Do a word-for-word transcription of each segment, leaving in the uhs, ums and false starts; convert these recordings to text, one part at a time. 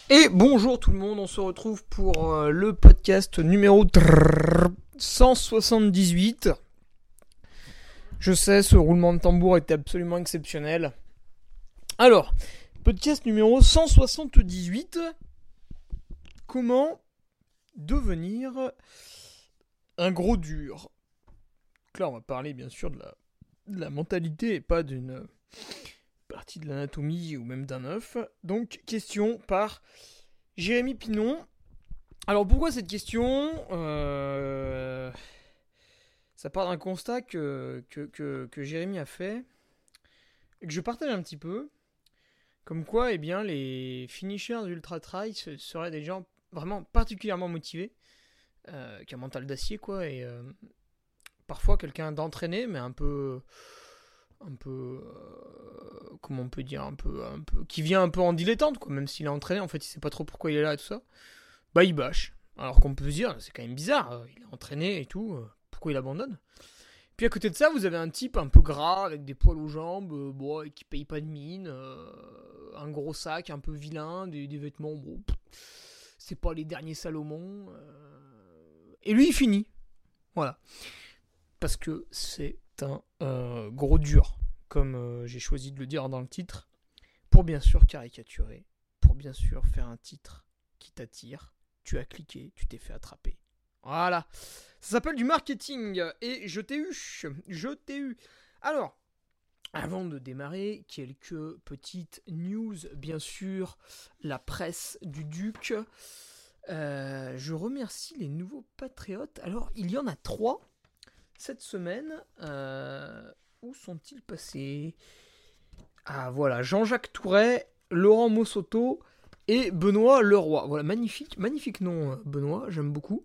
Et bonjour tout le monde, on se retrouve pour euh, le podcast numéro cent soixante-dix-huit. Je sais, ce roulement de tambour était absolument exceptionnel. Alors, podcast numéro cent soixante-dix-huit. Comment devenir un gros dur? Donc là, on va parler bien sûr de la, de la mentalité et pas d'une partie de l'anatomie ou même d'un œuf. Donc, question par Jérémy Pinon. Alors, pourquoi cette question euh, Ça part d'un constat que, que, que, que Jérémy a fait et que je partage un petit peu. Comme quoi, eh bien, les finishers d'Ultra Trail seraient des gens vraiment particulièrement motivés, euh, qui a un mental d'acier, quoi, et euh, parfois quelqu'un d'entraîné, mais un peu... un peu euh, comment on peut dire un peu un peu qui vient un peu en dilettante, quoi, même s'il est entraîné, en fait il sait pas trop pourquoi il est là et tout ça, bah il bâche, alors qu'on peut se dire c'est quand même bizarre, il est entraîné et tout, pourquoi il abandonne. Puis à côté de ça, vous avez un type un peu gras avec des poils aux jambes, euh, bon, qui paye pas de mine, euh, un gros sac un peu vilain, des, des vêtements, bon, pff, c'est pas les derniers Salomon, euh, et lui il finit, voilà, parce que c'est un euh, gros dur, comme euh, j'ai choisi de le dire dans le titre, pour bien sûr caricaturer, pour bien sûr faire un titre qui t'attire. Tu as cliqué, tu t'es fait attraper. Voilà, ça s'appelle du marketing, et je t'ai eu, je t'ai eu. Alors, avant de démarrer, quelques petites news, bien sûr, la presse du Duc. Euh, je remercie les nouveaux patriotes. Alors, il y en a trois cette semaine. Euh, où sont-ils passés? Ah voilà, Jean-Jacques Touret, Laurent Mossoto et Benoît Leroy. Voilà, magnifique, magnifique nom, Benoît, j'aime beaucoup.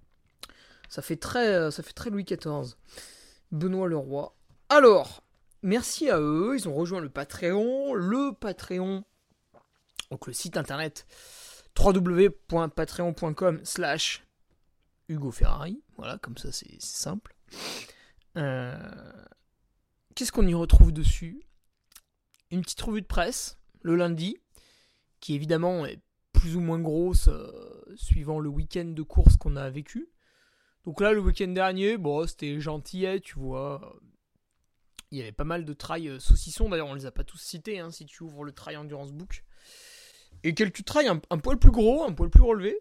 Ça fait très, ça fait très Louis quatorze. Benoît Leroy. Alors, merci à eux, ils ont rejoint le Patreon. Le Patreon, donc le site internet w w w point patreon point com slash Hugo Ferrari. Voilà, comme ça c'est, c'est simple. Euh, qu'est-ce qu'on y retrouve dessus? Une petite revue de presse le lundi, qui évidemment est plus ou moins grosse euh, suivant le week-end de course qu'on a vécu. Donc là, le week-end dernier, bon, c'était gentillet, tu vois. Il y avait pas mal de trails saucissons, d'ailleurs on les a pas tous cités, hein, si tu ouvres le Trail Endurance Book. Et quelques trails un, un poil plus gros, un poil plus relevés.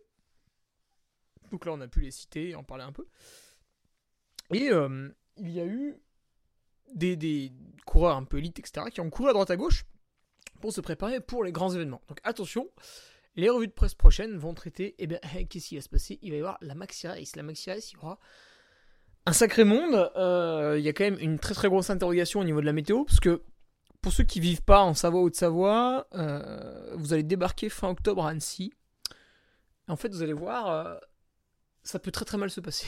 Donc là on a pu les citer et en parler un peu. Et euh, il y a eu des, des coureurs un peu élites, et cetera, qui ont couru à droite à gauche pour se préparer pour les grands événements. Donc attention, les revues de presse prochaines vont traiter, eh bien, qu'est-ce qui va se passer? Il va y avoir la Maxi Race. La Maxi Race, il y aura un sacré monde. Euh, il y a quand même une très très grosse interrogation au niveau de la météo, parce que pour ceux qui vivent pas en Savoie ou de Savoie, euh, vous allez débarquer fin octobre à Annecy. En fait, vous allez voir, euh, ça peut très très mal se passer.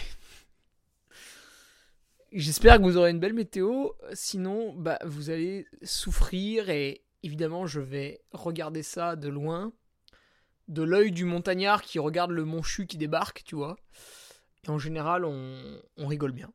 J'espère que vous aurez une belle météo, sinon bah, vous allez souffrir, et évidemment je vais regarder ça de loin, de l'œil du montagnard qui regarde le mont Chu qui débarque, tu vois. Et en général on, on rigole bien.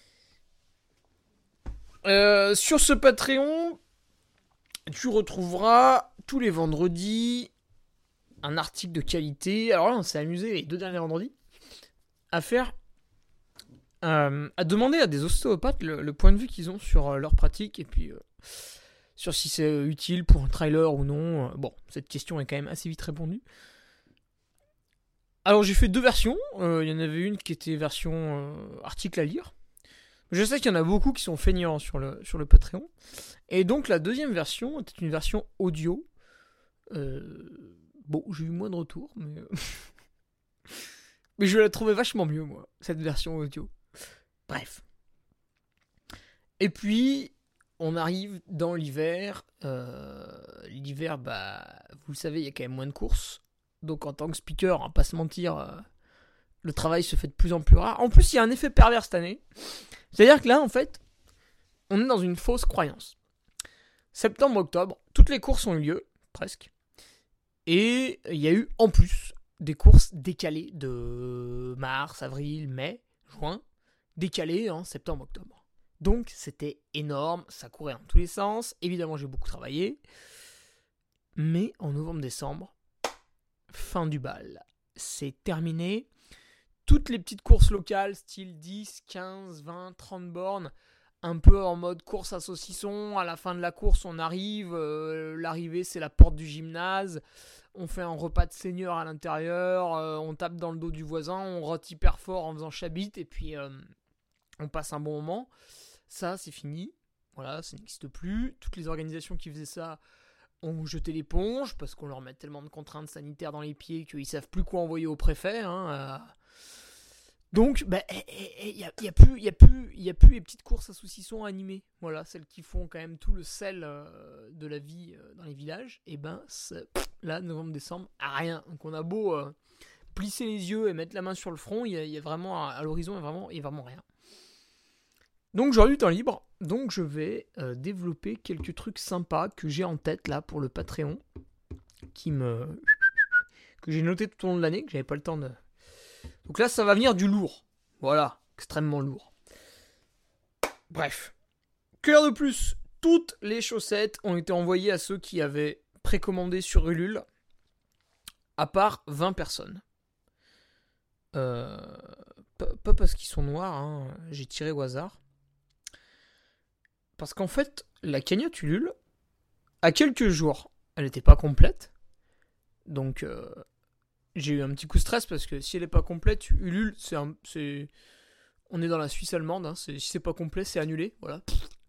Euh, sur ce Patreon, tu retrouveras tous les vendredis un article de qualité. Alors là on s'est amusé les deux derniers vendredis à faire... Euh, à demander à des ostéopathes le, le point de vue qu'ils ont sur euh, leur pratique, et puis euh, sur si c'est euh, utile pour un trailer ou non. Euh, bon, cette question est quand même assez vite répondue. Alors j'ai fait deux versions. Euh, il y en avait une qui était version euh, article à lire. Je sais qu'il y en a beaucoup qui sont feignants sur le, sur le Patreon. Et donc la deuxième version était une version audio. Euh, bon, j'ai eu moins de retours, mais... mais je la trouvais vachement mieux, moi, cette version audio. Bref. Et puis, on arrive dans l'hiver. Euh, l'hiver, bah, vous le savez, il y a quand même moins de courses. Donc, en tant que speaker, on va pas se mentir, euh, le travail se fait de plus en plus rare. En plus, il y a un effet pervers cette année. C'est-à-dire que là, en fait, on est dans une fausse croyance. Septembre, octobre, toutes les courses ont eu lieu, presque. Et il y a eu, en plus, des courses décalées de mars, avril, mai, juin. Décalé en septembre-octobre. Donc c'était énorme, ça courait dans tous les sens. Évidemment j'ai beaucoup travaillé. Mais en novembre-décembre, fin du bal. C'est terminé. Toutes les petites courses locales, style dix, quinze, vingt, trente bornes, un peu en mode course à saucisson. À la fin de la course, on arrive. Euh, l'arrivée, c'est la porte du gymnase. On fait un repas de seigneur à l'intérieur. Euh, on tape dans le dos du voisin. On rote hyper fort en faisant chabit. Et puis, euh, on passe un bon moment. Ça, c'est fini. Voilà, ça n'existe plus. Toutes les organisations qui faisaient ça ont jeté l'éponge parce qu'on leur met tellement de contraintes sanitaires dans les pieds qu'ils savent plus quoi envoyer au préfet. Hein, euh. Donc, bah, il n'y a, y a, plus, y a, plus, y a plus les petites courses à saucisson animées. Voilà, celles qui font quand même tout le sel euh, de la vie euh, dans les villages. Et ben, là, novembre-décembre, rien. Donc, on a beau euh, plisser les yeux et mettre la main sur le front, il y, y a vraiment, à, à l'horizon, il n'y a vraiment, y a vraiment rien. Donc, j'aurai du temps libre. Donc, je vais euh, développer quelques trucs sympas que j'ai en tête, là, pour le Patreon. Qui me... que j'ai noté tout au long de l'année, que j'avais pas le temps de... Donc là, ça va venir du lourd. Voilà, extrêmement lourd. Bref. Que dire de plus ? Toutes les chaussettes ont été envoyées à ceux qui avaient précommandé sur Ulule, à part vingt personnes. Euh, pas, pas parce qu'ils sont noirs, hein, j'ai tiré au hasard. Parce qu'en fait, la cagnotte Ulule, à quelques jours, elle n'était pas complète. Donc... Euh, j'ai eu un petit coup de stress parce que si elle n'est pas complète, Ulule, c'est, un, c'est... on est dans la Suisse allemande, hein, c'est... si c'est pas complet, c'est annulé, voilà.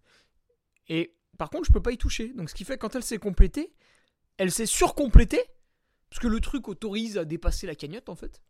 Et par contre, je peux pas y toucher. Donc ce qui fait que quand elle s'est complétée, elle s'est surcomplétée, parce que le truc autorise à dépasser la cagnotte en fait.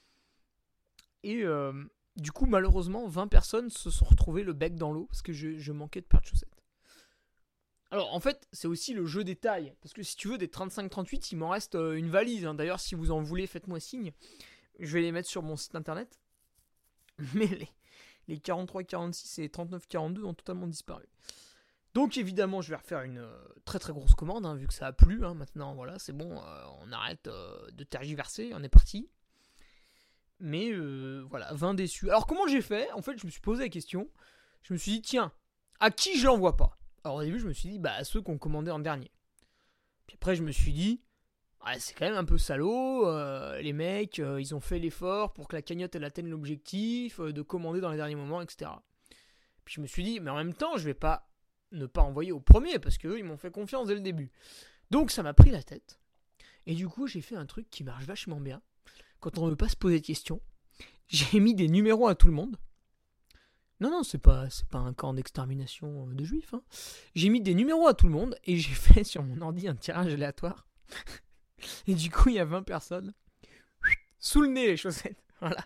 Et euh, du coup, malheureusement, vingt personnes se sont retrouvées le bec dans l'eau parce que je, je manquais de paires de chaussettes. Alors en fait, c'est aussi le jeu des tailles. Parce que si tu veux des trente-cinq trente-huit, il m'en reste euh, une valise. Hein. D'ailleurs, si vous en voulez, faites-moi signe. Je vais les mettre sur mon site internet. Mais les, les quarante-trois quarante-six et les trente-neuf quarante-deux ont totalement disparu. Donc évidemment, je vais refaire une euh, très très grosse commande. Hein, vu que ça a plu. Hein, maintenant, voilà, c'est bon. Euh, on arrête euh, de tergiverser. On est parti. Mais euh, voilà, vingt déçus. Alors comment j'ai fait ? En fait, je me suis posé la question. Je me suis dit, tiens, à qui je l'envoie pas ? Alors au début, je me suis dit, bah, à ceux qu'on commandait en dernier. Puis après, je me suis dit, ah, c'est quand même un peu salaud. Euh, les mecs, euh, ils ont fait l'effort pour que la cagnotte, elle atteigne l'objectif, euh, de commander dans les derniers moments, et cetera. Puis je me suis dit, mais en même temps, je vais pas ne pas envoyer au premier, parce qu'eux, ils m'ont fait confiance dès le début. Donc ça m'a pris la tête. Et du coup, j'ai fait un truc qui marche vachement bien. Quand on ne veut pas se poser de questions, j'ai mis des numéros à tout le monde. Non, non, c'est pas, c'est pas un camp d'extermination de juifs. Hein. J'ai mis des numéros à tout le monde et j'ai fait sur mon ordi un tirage aléatoire. Et du coup, il y a vingt personnes. Sous le nez, les chaussettes. Voilà.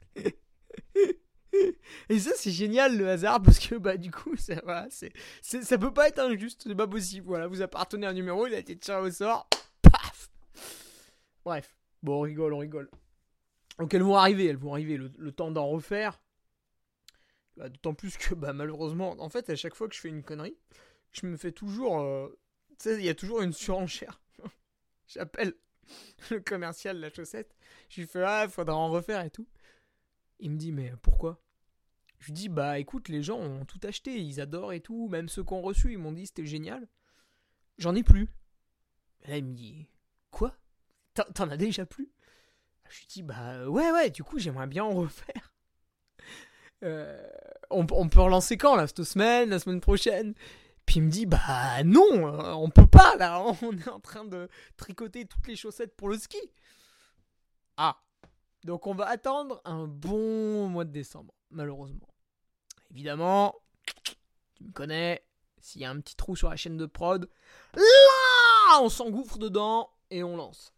Et ça, c'est génial, le hasard, parce que, bah, du coup, ça, voilà, c'est, c'est, ça peut pas être injuste, c'est pas possible. Voilà, vous appartenez à un numéro, il a été tiré au sort. Paf. Bref. Bon, on rigole, on rigole. Donc, elles vont arriver, elles vont arriver. Le, le temps d'en refaire. Bah, d'autant plus que, bah, malheureusement, en fait, à chaque fois que je fais une connerie, je me fais toujours... Euh, tu sais, il y a toujours une surenchère. J'appelle le commercial de la chaussette. Je lui fais, ah, il faudra en refaire et tout. Il me dit, mais pourquoi ? Je lui dis, bah, écoute, les gens ont tout acheté, ils adorent et tout. Même ceux qui ont reçu, ils m'ont dit, c'était génial. J'en ai plus. Et là, il me dit, quoi ? T'en, t'en as déjà plus ? Je lui dis, bah, ouais, ouais, du coup, j'aimerais bien en refaire. Euh, on, on peut relancer quand là, cette semaine, la semaine prochaine. Puis il me dit, bah non, on peut pas là, on est en train de tricoter toutes les chaussettes pour le ski. Ah, donc on va attendre un bon mois de décembre, malheureusement. Évidemment, tu me connais, s'il y a un petit trou sur la chaîne de prod, là, on s'engouffre dedans et on lance.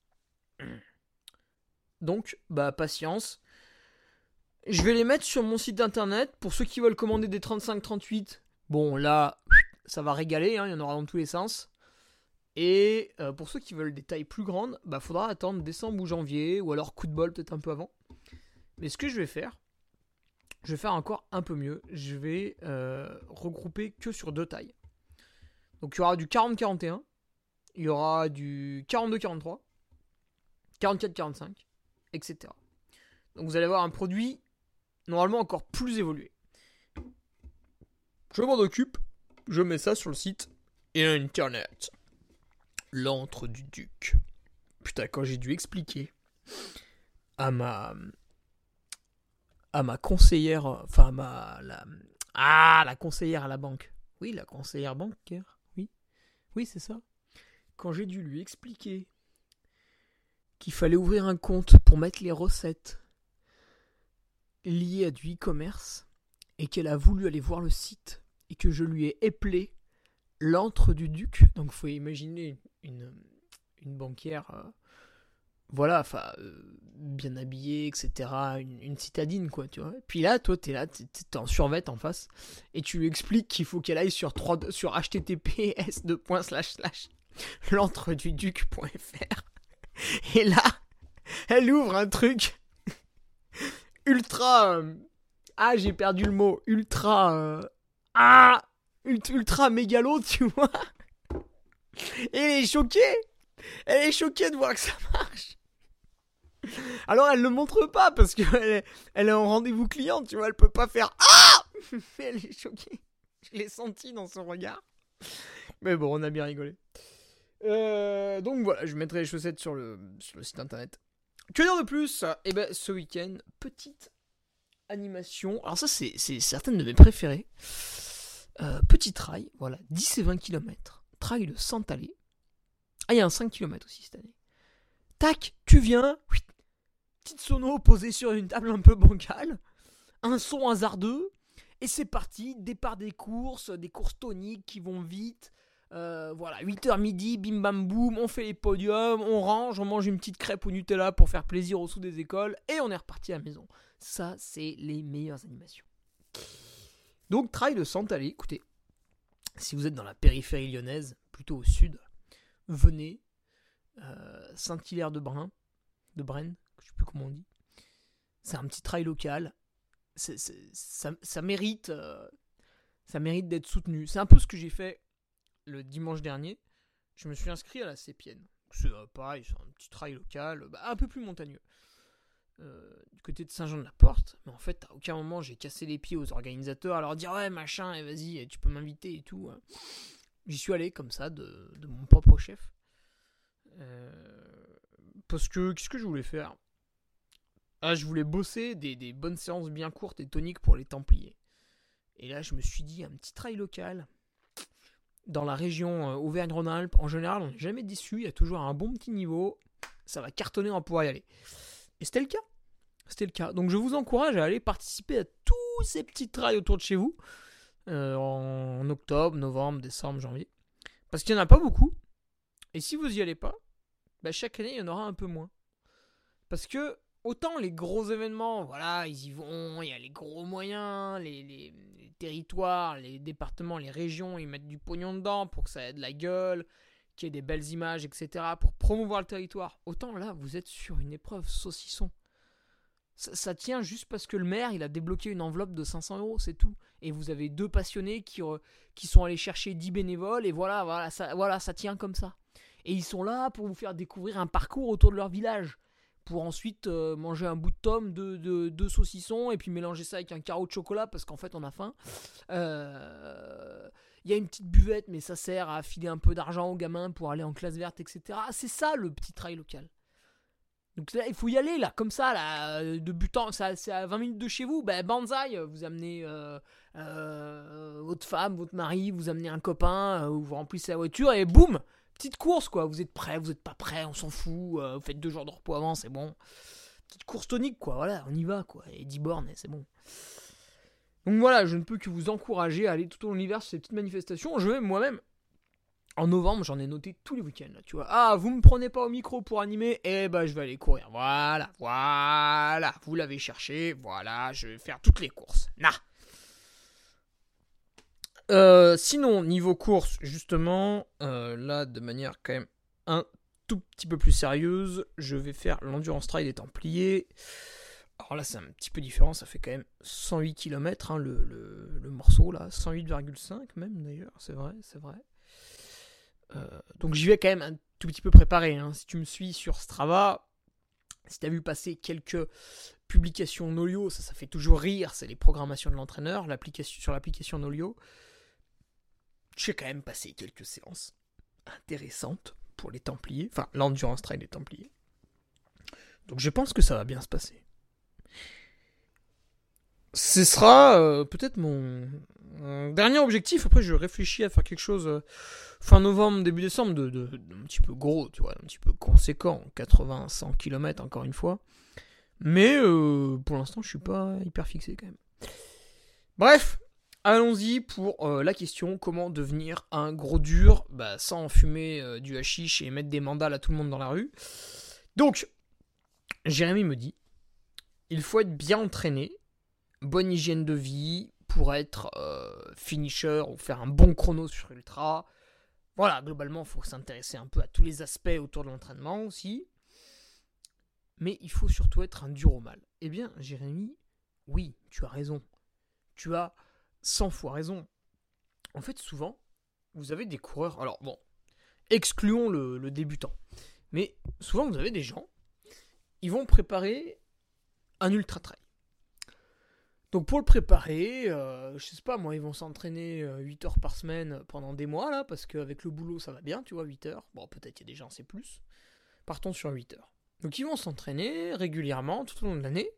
Donc, bah patience. Je vais les mettre sur mon site internet. Pour ceux qui veulent commander des trente-cinq trente-huit, bon là, ça va régaler, hein, il y en aura dans tous les sens. Et euh, pour ceux qui veulent des tailles plus grandes, bah faudra attendre décembre ou janvier, ou alors coup de bol peut-être un peu avant. Mais ce que je vais faire, je vais faire encore un peu mieux. Je vais euh, regrouper que sur deux tailles. Donc il y aura du quarante quarante et un, il y aura du quarante-deux quarante-trois, quarante-quatre quarante-cinq, et cetera. Donc vous allez avoir un produit normalement encore plus évolué. Je m'en occupe, je mets ça sur le site internet. L'antre du duc. putain, quand j'ai dû expliquer à ma à ma conseillère, enfin à ma la, ah la conseillère à la banque, oui la conseillère bancaire, oui, oui c'est ça. Quand j'ai dû lui expliquer qu'il fallait ouvrir un compte pour mettre les recettes liées à du e-commerce et qu'elle a voulu aller voir le site et que je lui ai éplé l'antre du duc, donc faut imaginer une, une banquière, euh, voilà, enfin, euh, bien habillée, et cetera, une, une citadine, quoi, tu vois. Puis là, toi, t'es là, t'es, t'es en survêt en face, et tu lui expliques qu'il faut qu'elle aille sur, trois, sur h t t p s deux points slash slash l'entreduduc point f r. Et là, elle ouvre un truc ultra... Euh, ah, j'ai perdu le mot. Ultra... Euh, ah ultra mégalo, tu vois. Et elle est choquée. Elle est choquée de voir que ça marche. Alors elle le montre pas parce qu'elle est, elle est en rendez-vous client, tu vois. Elle peut pas faire ah. Mais elle est choquée. Je l'ai senti dans son regard. Mais bon, on a bien rigolé. Euh, donc voilà, je mettrai les chaussettes sur le, sur le site internet. Que dire de plus? Eh ben, ce week-end, petite animation. Alors ça, c'est, c'est certaines de mes préférées. Euh, petit trail, voilà, dix et vingt kilomètres. Trail de Santalé. Ah, il y a un cinq kilomètres aussi cette année. Tac, tu viens. Oui. Petite sono posée sur une table un peu bancale. Un son hasardeux. Et c'est parti. Départ des courses, des courses toniques qui vont vite. Euh, voilà, huit heures midi, bim bam boum, on fait les podiums, on range, on mange une petite crêpe au Nutella pour faire plaisir aux sous des écoles, et on est reparti à la maison. Ça, c'est les meilleures animations. Donc, trail de Santalé, écoutez, si vous êtes dans la périphérie lyonnaise, plutôt au sud, venez, euh, Saint-Hilaire-de-Bren, de Brenne, je sais plus comment on dit. C'est un petit trail local, c'est, c'est, ça, ça mérite, euh, ça mérite d'être soutenu. C'est un peu ce que j'ai fait le dimanche dernier. Je me suis inscrit à la Sépienne. C'est euh, pareil, c'est un petit trail local, bah, un peu plus montagneux. Euh, du côté de Saint-Jean-de-la-Porte, mais en fait à aucun moment j'ai cassé les pieds aux organisateurs à leur dire ouais machin et vas-y tu peux m'inviter et tout. J'y suis allé comme ça de, de mon propre chef, euh, parce que qu'est-ce que je voulais faire? Ah, je voulais bosser des, des bonnes séances bien courtes et toniques pour les Templiers, et là je me suis dit un petit trail local dans la région euh, Auvergne-Rhône-Alpes, en général on n'est jamais déçu, il y a toujours un bon petit niveau, ça va cartonner, on va pouvoir y aller. Et c'était le cas. C'était le cas. Donc je vous encourage à aller participer à tous ces petits trails autour de chez vous. Euh, en octobre, novembre, décembre, janvier. Parce qu'il n'y en a pas beaucoup. Et si vous n'y allez pas, bah chaque année il y en aura un peu moins. Parce que autant les gros événements, voilà, ils y vont, il y a les gros moyens, les, les, les territoires, les départements, les régions, ils mettent du pognon dedans pour que ça ait de la gueule, qu'il y ait des belles images, et cetera, pour promouvoir le territoire. Autant là, vous êtes sur une épreuve saucisson. Ça, ça tient juste parce que le maire, il a débloqué une enveloppe de cinq cents euros, c'est tout. Et vous avez deux passionnés qui, euh, qui sont allés chercher dix bénévoles, et voilà, voilà ça, voilà, ça tient comme ça. Et ils sont là pour vous faire découvrir un parcours autour de leur village, pour ensuite euh, manger un bout de tome, de, de, de saucisson, et puis mélanger ça avec un carreau de chocolat, parce qu'en fait, on a faim. Euh... Il y a une petite buvette, mais ça sert à filer un peu d'argent aux gamins pour aller en classe verte, et cetera. C'est ça le petit trail local. Donc là, il faut y aller, là, comme ça, là, de but en, ça, c'est à vingt minutes de chez vous. Ben, banzai, vous amenez euh, euh, votre femme, votre mari, vous amenez un copain, euh, vous remplissez la voiture, et boum, petite course, quoi. Vous êtes prêts, vous n'êtes pas prêts, on s'en fout. Euh, vous faites deux jours de repos avant, c'est bon. Petite course tonique, quoi, voilà, on y va, quoi. Et dix bornes, et c'est bon. Donc voilà, je ne peux que vous encourager à aller tout au long de l'hiver sur ces petites manifestations. Je vais moi-même, en novembre, j'en ai noté tous les week-ends. Là, tu vois, ah, vous me prenez pas au micro pour animer, eh ben je vais aller courir. Voilà, voilà, vous l'avez cherché, voilà, je vais faire toutes les courses. Nah. Euh, sinon, niveau course, justement, euh, là, de manière quand même un tout petit peu plus sérieuse, je vais faire l'Endurance Trail des Templiers. Alors là, c'est un petit peu différent, ça fait quand même cent huit kilomètres, hein, le, le, le morceau, là, cent huit virgule cinq même, d'ailleurs, c'est vrai, c'est vrai. Euh, donc j'y vais quand même un tout petit peu préparé, hein. Si tu me suis sur Strava, si tu as vu passer quelques publications Nolio, ça, ça fait toujours rire, c'est les programmations de l'entraîneur, l'application, sur l'application Nolio. J'ai quand même passé quelques séances intéressantes. pour les Templiers, enfin l'Endurance Trail des Templiers. Donc je pense que ça va bien se passer. Ce sera euh, peut-être mon, mon dernier objectif. Après, je réfléchis à faire quelque chose euh, fin novembre, début décembre, de, de, de un petit peu gros, tu vois, un petit peu conséquent, quatre-vingts à cent kilomètres encore une fois. Mais euh, pour l'instant, je suis pas hyper fixé quand même. Bref, allons-y pour euh, la question comment devenir un gros dur bah, sans fumer euh, du hashish et mettre des mandales à tout le monde dans la rue. Donc, Jérémy me dit il faut être bien entraîné, bonne hygiène de vie pour être euh, finisher ou faire un bon chrono sur ultra. Voilà, globalement, il faut s'intéresser un peu à tous les aspects autour de l'entraînement aussi. Mais il faut surtout être un dur au mal. Eh bien, Jérémy, oui, tu as raison. Tu as cent fois raison. En fait, souvent, vous avez des coureurs... Alors, bon, excluons le, le débutant. Mais souvent, vous avez des gens, ils vont préparer un ultra-trail. Donc, pour le préparer, euh, je sais pas, moi, ils vont s'entraîner euh, huit heures par semaine pendant des mois, là, parce qu'avec le boulot, ça va bien, tu vois, huit heures. Bon, peut-être il y a des gens, c'est plus. Partons sur huit heures. Donc, ils vont s'entraîner régulièrement tout au long de l'année.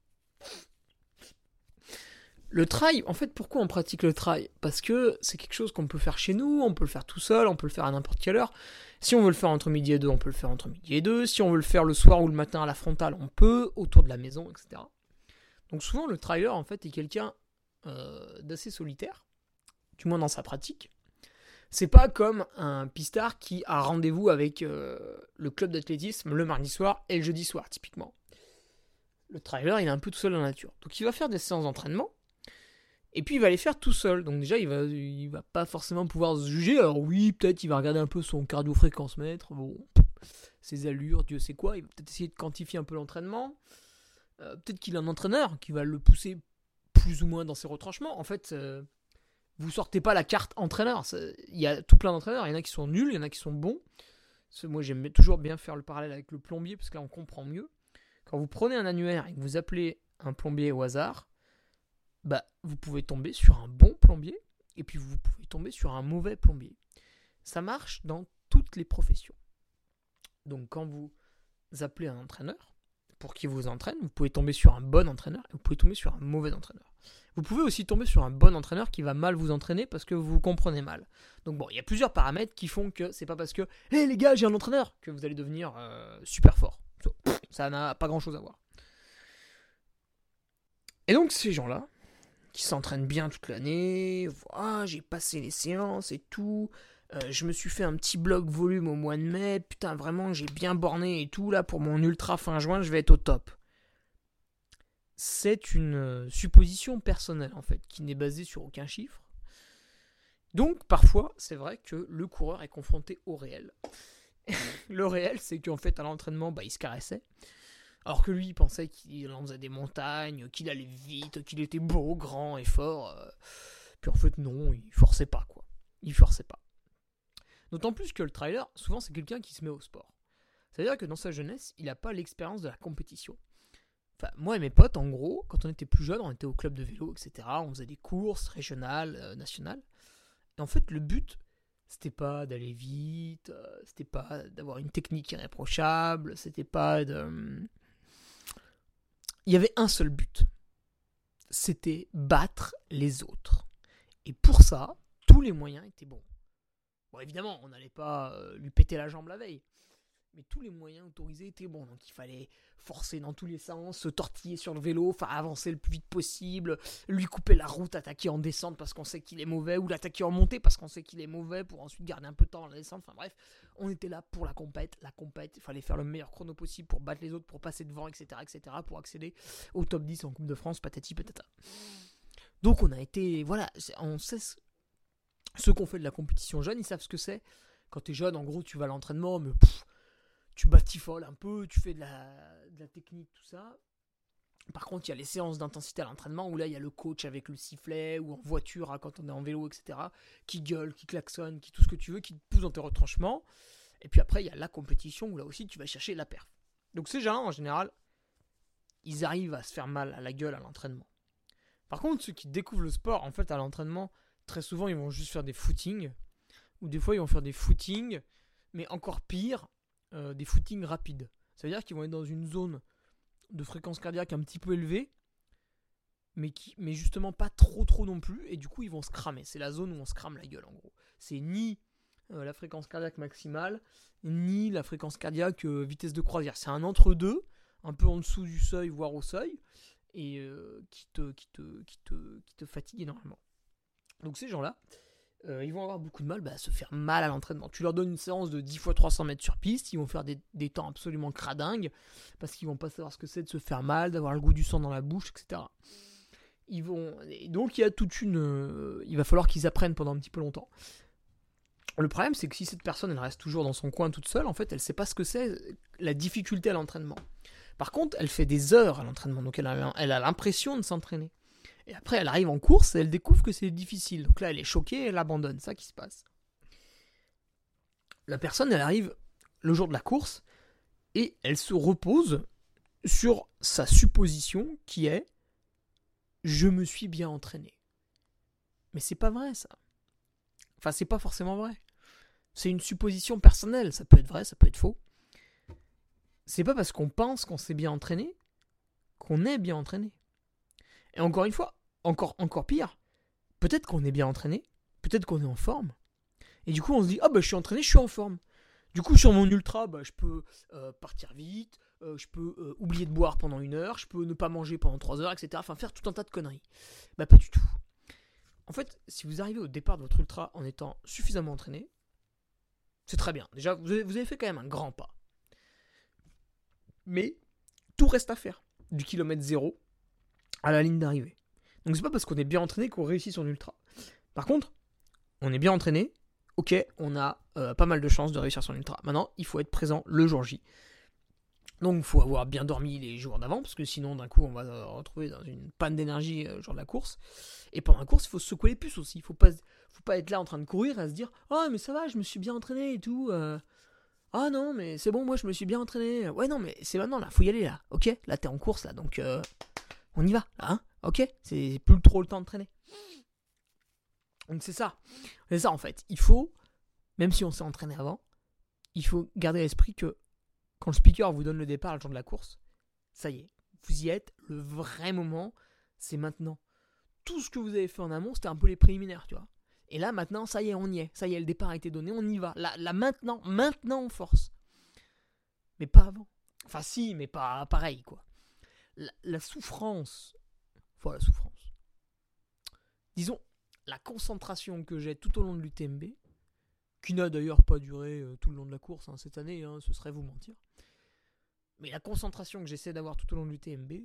Le trail, en fait, pourquoi on pratique le trail ? Parce que c'est quelque chose qu'on peut faire chez nous, on peut le faire tout seul, on peut le faire à n'importe quelle heure. Si on veut le faire entre midi et deux, on peut le faire entre midi et deux. Si on veut le faire le soir ou le matin à la frontale, on peut, autour de la maison, et cetera. Donc souvent, le trailer, en fait, est quelqu'un euh, d'assez solitaire, du moins dans sa pratique. C'est pas comme un pistard qui a rendez-vous avec euh, le club d'athlétisme le mardi soir et le jeudi soir, typiquement. Le trailer, il est un peu tout seul dans la nature. Donc il va faire des séances d'entraînement, et puis il va les faire tout seul. Donc déjà, il va, il va pas forcément pouvoir se juger. Alors oui, peut-être il va regarder un peu son cardio-fréquence-mètre, bon, ses allures, Dieu sait quoi. Il va peut-être essayer de quantifier un peu l'entraînement. Euh, peut-être qu'il a un entraîneur qui va le pousser plus ou moins dans ses retranchements. En fait, euh, vous sortez pas la carte entraîneur. Il y a tout plein d'entraîneurs. Il y en a qui sont nuls, il y en a qui sont bons. Moi, j'aime toujours bien faire le parallèle avec le plombier, parce que là, on comprend mieux. Quand vous prenez un annuaire et que vous appelez un plombier au hasard, bah, vous pouvez tomber sur un bon plombier, et puis vous pouvez tomber sur un mauvais plombier. Ça marche dans toutes les professions. Donc, quand vous appelez un entraîneur, pour qu'il vous entraîne, vous pouvez tomber sur un bon entraîneur et vous pouvez tomber sur un mauvais entraîneur. Vous pouvez aussi tomber sur un bon entraîneur qui va mal vous entraîner parce que vous comprenez mal. Donc bon, il y a plusieurs paramètres qui font que c'est pas parce que « Hé hey, les gars, j'ai un entraîneur » que vous allez devenir euh, super fort. Ça n'a pas grand chose à voir. Et donc ces gens-là, qui s'entraînent bien toute l'année, ah, j'ai passé les séances et tout... Euh, je me suis fait un petit bloc volume au mois de mai, putain vraiment j'ai bien borné et tout, là pour mon ultra fin juin je vais être au top. C'est une euh, supposition personnelle en fait, qui n'est basée sur aucun chiffre. Donc parfois c'est vrai que le coureur est confronté au réel. Le réel c'est qu'en fait à l'entraînement bah, il se caressait, alors que lui il pensait qu'il en faisait des montagnes, qu'il allait vite, qu'il était beau, grand et fort. Euh... Puis en fait non, il forçait pas quoi, il forçait pas. D'autant plus que le trailer, souvent c'est quelqu'un qui se met au sport. C'est-à-dire que dans sa jeunesse, il n'a pas l'expérience de la compétition. Enfin, moi et mes potes, en gros, quand on était plus jeunes, on était au club de vélo, et cetera. On faisait des courses régionales, euh, nationales. Et en fait, le but, c'était pas d'aller vite, euh, c'était pas d'avoir une technique irréprochable, c'était pas de... Il y avait un seul but. C'était battre les autres. Et pour ça, tous les moyens étaient bons. Bon, évidemment, on n'allait pas euh, lui péter la jambe la veille, mais tous les moyens autorisés étaient bons. Donc il fallait forcer dans tous les sens, se tortiller sur le vélo, faire avancer le plus vite possible, lui couper la route, attaquer en descente parce qu'on sait qu'il est mauvais, ou l'attaquer en montée parce qu'on sait qu'il est mauvais, pour ensuite garder un peu de temps dans la descente. Enfin bref, on était là pour la compète, la compète, il fallait faire le meilleur chrono possible pour battre les autres, pour passer devant, et cetera, et cetera, pour accéder au top dix en Coupe de France, patati patata. Donc on a été, voilà, on sait ceux qu'on fait de la compétition jeune, ils savent ce que c'est. Quand t'es jeune, en gros, tu vas à l'entraînement, mais pff, tu batifoles un peu, tu fais de la, de la technique, tout ça. Par contre, il y a les séances d'intensité à l'entraînement où là, il y a le coach avec le sifflet, ou en voiture, hein, quand on est en vélo, et cetera, qui gueule, qui klaxonne, qui tout ce que tu veux, qui te pousse dans tes retranchements. Et puis après, il y a la compétition où là aussi, tu vas chercher la perf. Donc ces gens, en général, ils arrivent à se faire mal à la gueule à l'entraînement. Par contre, ceux qui découvrent le sport, en fait, à l'entraînement, très souvent, ils vont juste faire des footings, ou des fois, ils vont faire des footings, mais encore pire, euh, des footings rapides. Ça veut dire qu'ils vont être dans une zone de fréquence cardiaque un petit peu élevée, mais, qui, mais justement pas trop trop non plus, et du coup ils vont se cramer. C'est la zone où on se crame la gueule en gros. C'est ni euh, la fréquence cardiaque maximale, ni la fréquence cardiaque euh, vitesse de croisière. C'est un entre-deux, un peu en dessous du seuil, voire au seuil, et euh, qui, te, qui, te, qui, te, qui te fatigue énormément. Donc ces gens-là, euh, ils vont avoir beaucoup de mal bah, à se faire mal à l'entraînement. Tu leur donnes une séance de dix fois trois cents mètres sur piste, ils vont faire des, des temps absolument cradingues, parce qu'ils vont pas savoir ce que c'est de se faire mal, d'avoir le goût du sang dans la bouche, et cetera. Ils vont... Et donc il y a toute une... Euh, il va falloir qu'ils apprennent pendant un petit peu longtemps. Le problème, c'est que si cette personne elle reste toujours dans son coin toute seule, en fait, elle sait pas ce que c'est la difficulté à l'entraînement. Par contre, elle fait des heures à l'entraînement, donc elle a, elle a l'impression de s'entraîner. Et après, elle arrive en course et elle découvre que c'est difficile. Donc là, elle est choquée et elle abandonne. C'est ça qui se passe. La personne, elle arrive le jour de la course et elle se repose sur sa supposition qui est « je me suis bien entraîné ». Mais c'est pas vrai, ça. Enfin, c'est pas forcément vrai. C'est une supposition personnelle. Ça peut être vrai, ça peut être faux. C'est pas parce qu'on pense qu'on s'est bien entraîné qu'on est bien entraîné. Et encore une fois, encore, encore pire, peut-être qu'on est bien entraîné, peut-être qu'on est en forme, et du coup on se dit « Ah bah je suis entraîné, je suis en forme ». Du coup sur mon ultra, bah, je peux euh, partir vite, euh, je peux euh, oublier de boire pendant une heure, je peux ne pas manger pendant trois heures, et cetera. Enfin faire tout un tas de conneries. Bah pas du tout. En fait, si vous arrivez au départ de votre ultra en étant suffisamment entraîné, c'est très bien. Déjà, vous avez, vous avez fait quand même un grand pas. Mais tout reste à faire, du kilomètre zéro à la ligne d'arrivée. Donc c'est pas parce qu'on est bien entraîné qu'on réussit son ultra. Par contre, on est bien entraîné, ok, on a euh, pas mal de chances de réussir son ultra. Maintenant, il faut être présent le jour J. Donc il faut avoir bien dormi les jours d'avant, parce que sinon d'un coup on va se retrouver dans une panne d'énergie le jour de la course. Et pendant la course, il faut se secouer les puces aussi. Il faut pas, faut pas être là en train de courir et à se dire « Ah mais ça va, je me suis bien entraîné et tout. Euh... Ah non, mais c'est bon, moi je me suis bien entraîné. Ouais non, mais c'est maintenant là, faut y aller là, ok. Là t'es en course là, donc... Euh... On y va, là, hein, ok, c'est plus trop le temps de traîner. Donc c'est ça, c'est ça en fait. Il faut, même si on s'est entraîné avant, il faut garder à l'esprit que quand le speaker vous donne le départ le jour de la course, ça y est, vous y êtes, le vrai moment, c'est maintenant. Tout ce que vous avez fait en amont, c'était un peu les préliminaires, tu vois. Et là, maintenant, ça y est, on y est. Ça y est, le départ a été donné, on y va. Là, là maintenant, maintenant, on force. Mais pas avant. Enfin si, mais pas pareil, quoi. La, la souffrance, enfin la souffrance, disons, la concentration que j'ai tout au long de l'U T M B, qui n'a d'ailleurs pas duré euh, tout le long de la course hein, cette année, hein, ce serait vous mentir, mais la concentration que j'essaie d'avoir tout au long de l'U T M B,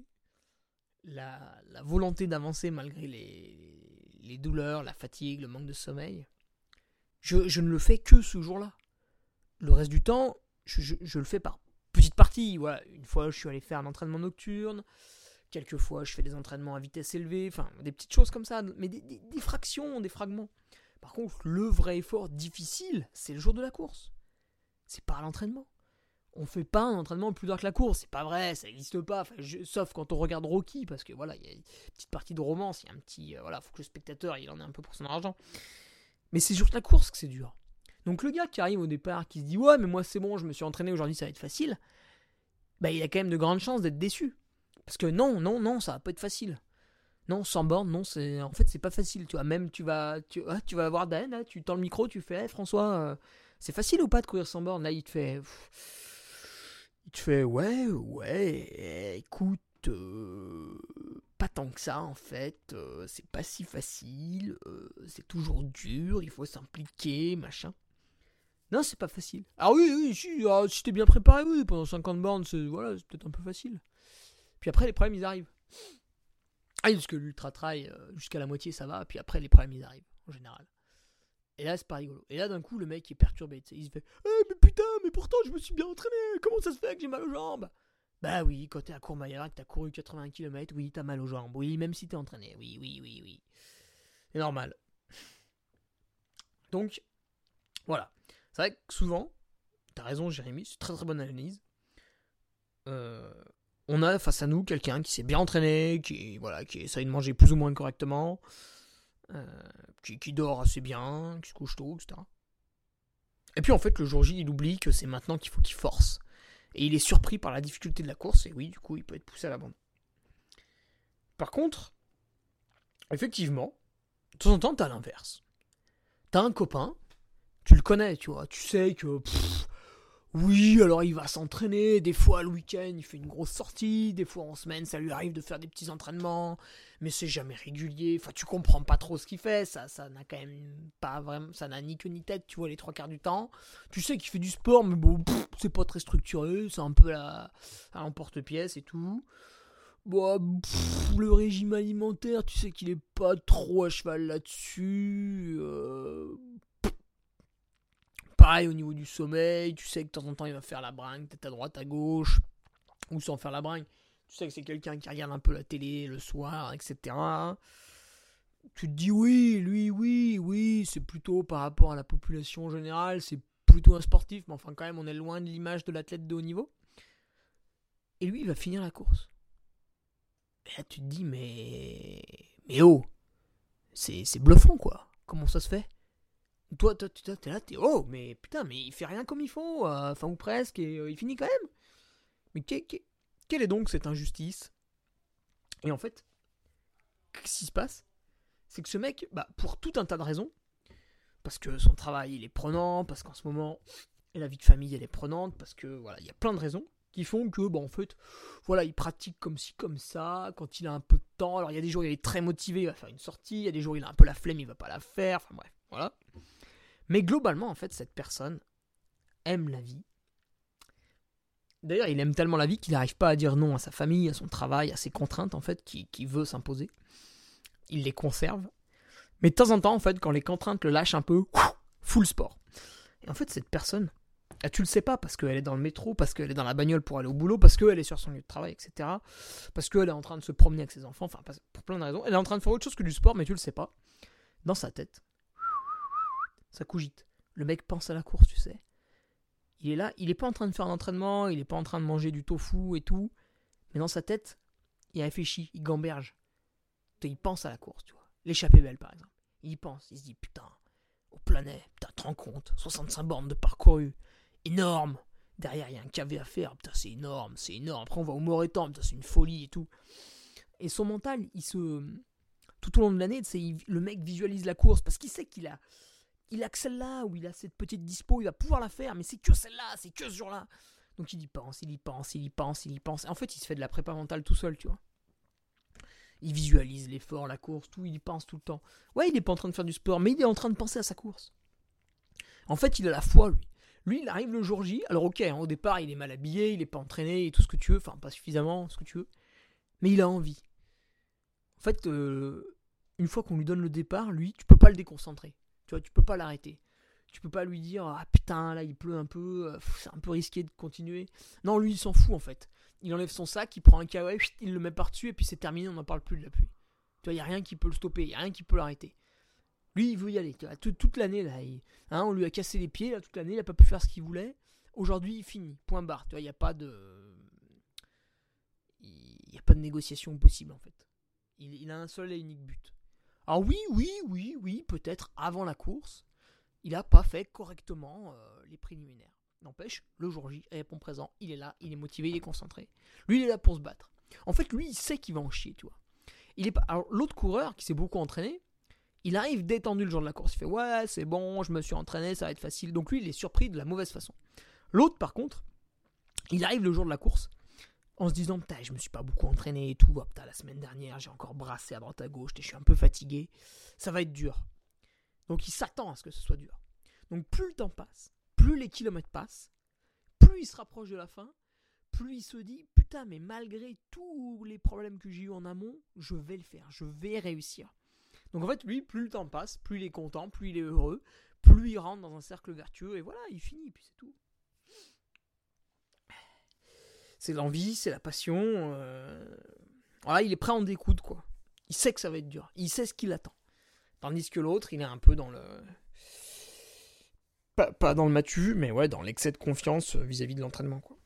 la, la volonté d'avancer malgré les, les douleurs, la fatigue, le manque de sommeil, je, je ne le fais que ce jour-là. Le reste du temps, je, je, je le fais par petite partie, voilà. Une fois je suis allé faire un entraînement nocturne, quelques fois je fais des entraînements à vitesse élevée, enfin des petites choses comme ça, mais des, des, des fractions, des fragments. Par contre, le vrai effort difficile, c'est le jour de la course. C'est pas l'entraînement. On fait pas un entraînement plus dur que la course, c'est pas vrai, ça n'existe pas, enfin, je, sauf quand on regarde Rocky, parce que voilà, il y a une petite partie de romance, il y a un petit, euh, voilà, faut que le spectateur il en ait un peu pour son argent. Mais c'est sur la course que c'est dur. Donc le gars qui arrive au départ, qui se dit « Ouais, mais moi c'est bon, je me suis entraîné aujourd'hui, ça va être facile », bah il a quand même de grandes chances d'être déçu. Parce que non, non, non, ça va pas être facile. Non, sans borne, non, c'est, en fait c'est pas facile, tu vois. Même tu vas, tu, ah, tu vas avoir Dan, là, tu tends le micro, tu fais hey, « François, euh, c'est facile ou pas de courir sans borne ?» Là il te fait... Pff, il te fait « Ouais, ouais, écoute... Euh... » Pas tant que ça en fait, euh, c'est pas si facile, euh, c'est toujours dur, il faut s'impliquer, machin. Non, c'est pas facile. Ah oui, oui, si, ah, si t'es bien préparé, oui, pendant cinquante bornes, c'est, voilà, c'est peut-être un peu facile. Puis après, les problèmes, ils arrivent. Ah, parce que l'ultra-trail, euh, jusqu'à la moitié, ça va, puis après, les problèmes, ils arrivent, en général. Et là, c'est pas rigolo. Et là, d'un coup, le mec est perturbé, tu sais, il se fait « Eh, mais putain, mais pourtant, je me suis bien entraîné, comment ça se fait que j'ai mal aux jambes ?» Bah oui, quand t'es à Courmayeur, que t'as couru quatre-vingts kilomètres, oui, t'as mal aux jambes. Oui, même si t'es entraîné. Oui, oui, oui, oui. C'est normal. Donc, voilà. C'est vrai que souvent, t'as raison Jérémy, c'est une très très bonne analyse. Euh, on a face à nous quelqu'un qui s'est bien entraîné, qui, voilà, qui essaye de manger plus ou moins correctement, euh, qui, qui dort assez bien, qui se couche tôt, et cetera. Et puis en fait, le jour J, il oublie que c'est maintenant qu'il faut qu'il force. Et il est surpris par la difficulté de la course, et oui, du coup, il peut être poussé à l'abandon. Par contre, effectivement, de temps en temps, t'as l'inverse. T'as un copain, tu le connais, tu vois, tu sais que... Pff, oui, alors il va s'entraîner, des fois le week-end il fait une grosse sortie, des fois en semaine ça lui arrive de faire des petits entraînements, mais c'est jamais régulier, enfin tu comprends pas trop ce qu'il fait, ça, ça n'a quand même pas vraiment, ça n'a ni queue ni tête, tu vois, les trois quarts du temps. Tu sais qu'il fait du sport, mais bon, pff, c'est pas très structuré, c'est un peu la, à l'emporte-pièce et tout. Bon, pff, le régime alimentaire, tu sais qu'il est pas trop à cheval là-dessus. Euh... Pareil au niveau du sommeil, tu sais que de temps en temps il va faire la bringue, peut-être à droite, à gauche, ou sans faire la bringue. Tu sais que c'est quelqu'un qui regarde un peu la télé le soir, et cetera. Tu te dis oui, lui, oui, oui, c'est plutôt par rapport à la population générale, c'est plutôt un sportif, mais enfin quand même on est loin de l'image de l'athlète de haut niveau. Et lui il va finir la course. Et là tu te dis mais... Mais oh, c'est, c'est bluffant quoi, comment ça se fait ? Toi, toi, toi, t'es là, t'es oh, mais putain, mais il fait rien comme il faut, euh, enfin ou presque, et euh, il finit quand même. Mais que, que, quelle est donc cette injustice ? Et en fait, qu'est-ce qui se passe ? C'est que ce mec, bah, pour tout un tas de raisons, parce que son travail il est prenant, parce qu'en ce moment, la vie de famille elle est prenante, parce que voilà, il y a plein de raisons qui font que, bah, en fait, voilà, il pratique comme ci, comme ça, quand il a un peu de temps. Alors il y a des jours il est très motivé, il va faire une sortie, il y a des jours il a un peu la flemme, il va pas la faire, enfin bref, voilà. Mais globalement, en fait, cette personne aime la vie. D'ailleurs, il aime tellement la vie qu'il n'arrive pas à dire non à sa famille, à son travail, à ses contraintes, en fait, qui, qui veut s'imposer. Il les conserve. Mais de temps en temps, en fait, quand les contraintes le lâchent un peu, full sport. Et en fait, cette personne, ah, tu le sais pas parce qu'elle est dans le métro, parce qu'elle est dans la bagnole pour aller au boulot, parce qu'elle est sur son lieu de travail, et cetera. Parce qu'elle est en train de se promener avec ses enfants, enfin, pour plein de raisons. Elle est en train de faire autre chose que du sport, mais tu le sais pas. Dans sa tête, ça cogite. Le mec pense à la course, tu sais. Il est là, il est pas en train de faire un entraînement, il est pas en train de manger du tofu et tout. Mais dans sa tête, il réfléchit, il gamberge. Il pense à la course, tu vois. L'échappée belle, par exemple. Il y pense, il se dit, putain, au Planet, putain, tu te rends compte, soixante-cinq bornes de parcouru, énorme. Derrière, il y a un K V à faire, putain, c'est énorme, c'est énorme. Après, on va au Moreton, putain, c'est une folie et tout. Et son mental, il se... Tout au long de l'année, tu sais, le mec visualise la course parce qu'il sait qu'il a... Il a que celle-là, où il a cette petite dispo, il va pouvoir la faire, mais c'est que celle-là, c'est que ce jour-là. Donc il y pense, il y pense, il y pense, il y pense. En fait, il se fait de la prépa mentale tout seul, tu vois. Il visualise l'effort, la course, tout, il y pense tout le temps. Ouais, il n'est pas en train de faire du sport, mais il est en train de penser à sa course. En fait, il a la foi, lui. Lui, il arrive le jour J. Alors ok, hein, au départ, il est mal habillé, il n'est pas entraîné, et tout ce que tu veux, enfin pas suffisamment, ce que tu veux. Mais il a envie. En fait, euh, une fois qu'on lui donne le départ, lui, tu peux pas le déconcentrer. Tu vois, tu peux pas l'arrêter. Tu peux pas lui dire ah putain là il pleut un peu, c'est un peu risqué de continuer. Non, lui il s'en fout en fait. Il enlève son sac, il prend un kawaii, il le met par dessus et puis c'est terminé, on n'en parle plus de la pluie. Tu vois, il y a rien qui peut le stopper, il y a rien qui peut l'arrêter. Lui il veut y aller. Tu vois, toute, toute l'année là, il, hein, on lui a cassé les pieds là toute l'année, il a pas pu faire ce qu'il voulait. Aujourd'hui il finit, point barre. Tu vois, il y a pas de, il y a pas de négociation possible en fait. Il, il a un seul et unique but. Alors oui, oui, oui, oui, peut-être avant la course, il n'a pas fait correctement euh, les préliminaires. N'empêche, le jour J, répond présent, il est là, il est motivé, il est concentré. Lui, il est là pour se battre. En fait, lui, il sait qu'il va en chier, tu vois. Il est pas... Alors, l'autre coureur, qui s'est beaucoup entraîné, il arrive détendu le jour de la course. Il fait « Ouais, c'est bon, je me suis entraîné, ça va être facile. » Donc lui, il est surpris de la mauvaise façon. L'autre, par contre, il arrive le jour de la course, en se disant, putain, je me suis pas beaucoup entraîné et tout, oh, putain, la semaine dernière, j'ai encore brassé à droite à gauche, je suis un peu fatigué, ça va être dur. Donc il s'attend à ce que ce soit dur. Donc plus le temps passe, plus les kilomètres passent, plus il se rapproche de la fin, plus il se dit, putain, mais malgré tous les problèmes que j'ai eu en amont, je vais le faire, je vais réussir. Donc en fait, lui, plus le temps passe, plus il est content, plus il est heureux, plus il rentre dans un cercle vertueux, et voilà, il finit, puis c'est tout. C'est l'envie, c'est la passion. Euh... Voilà, il est prêt à en découdre, quoi. Il sait que ça va être dur. Il sait ce qui l'attend. Tandis que l'autre, il est un peu dans le... Pas, pas dans le matu, mais ouais, dans l'excès de confiance vis-à-vis de l'entraînement, quoi.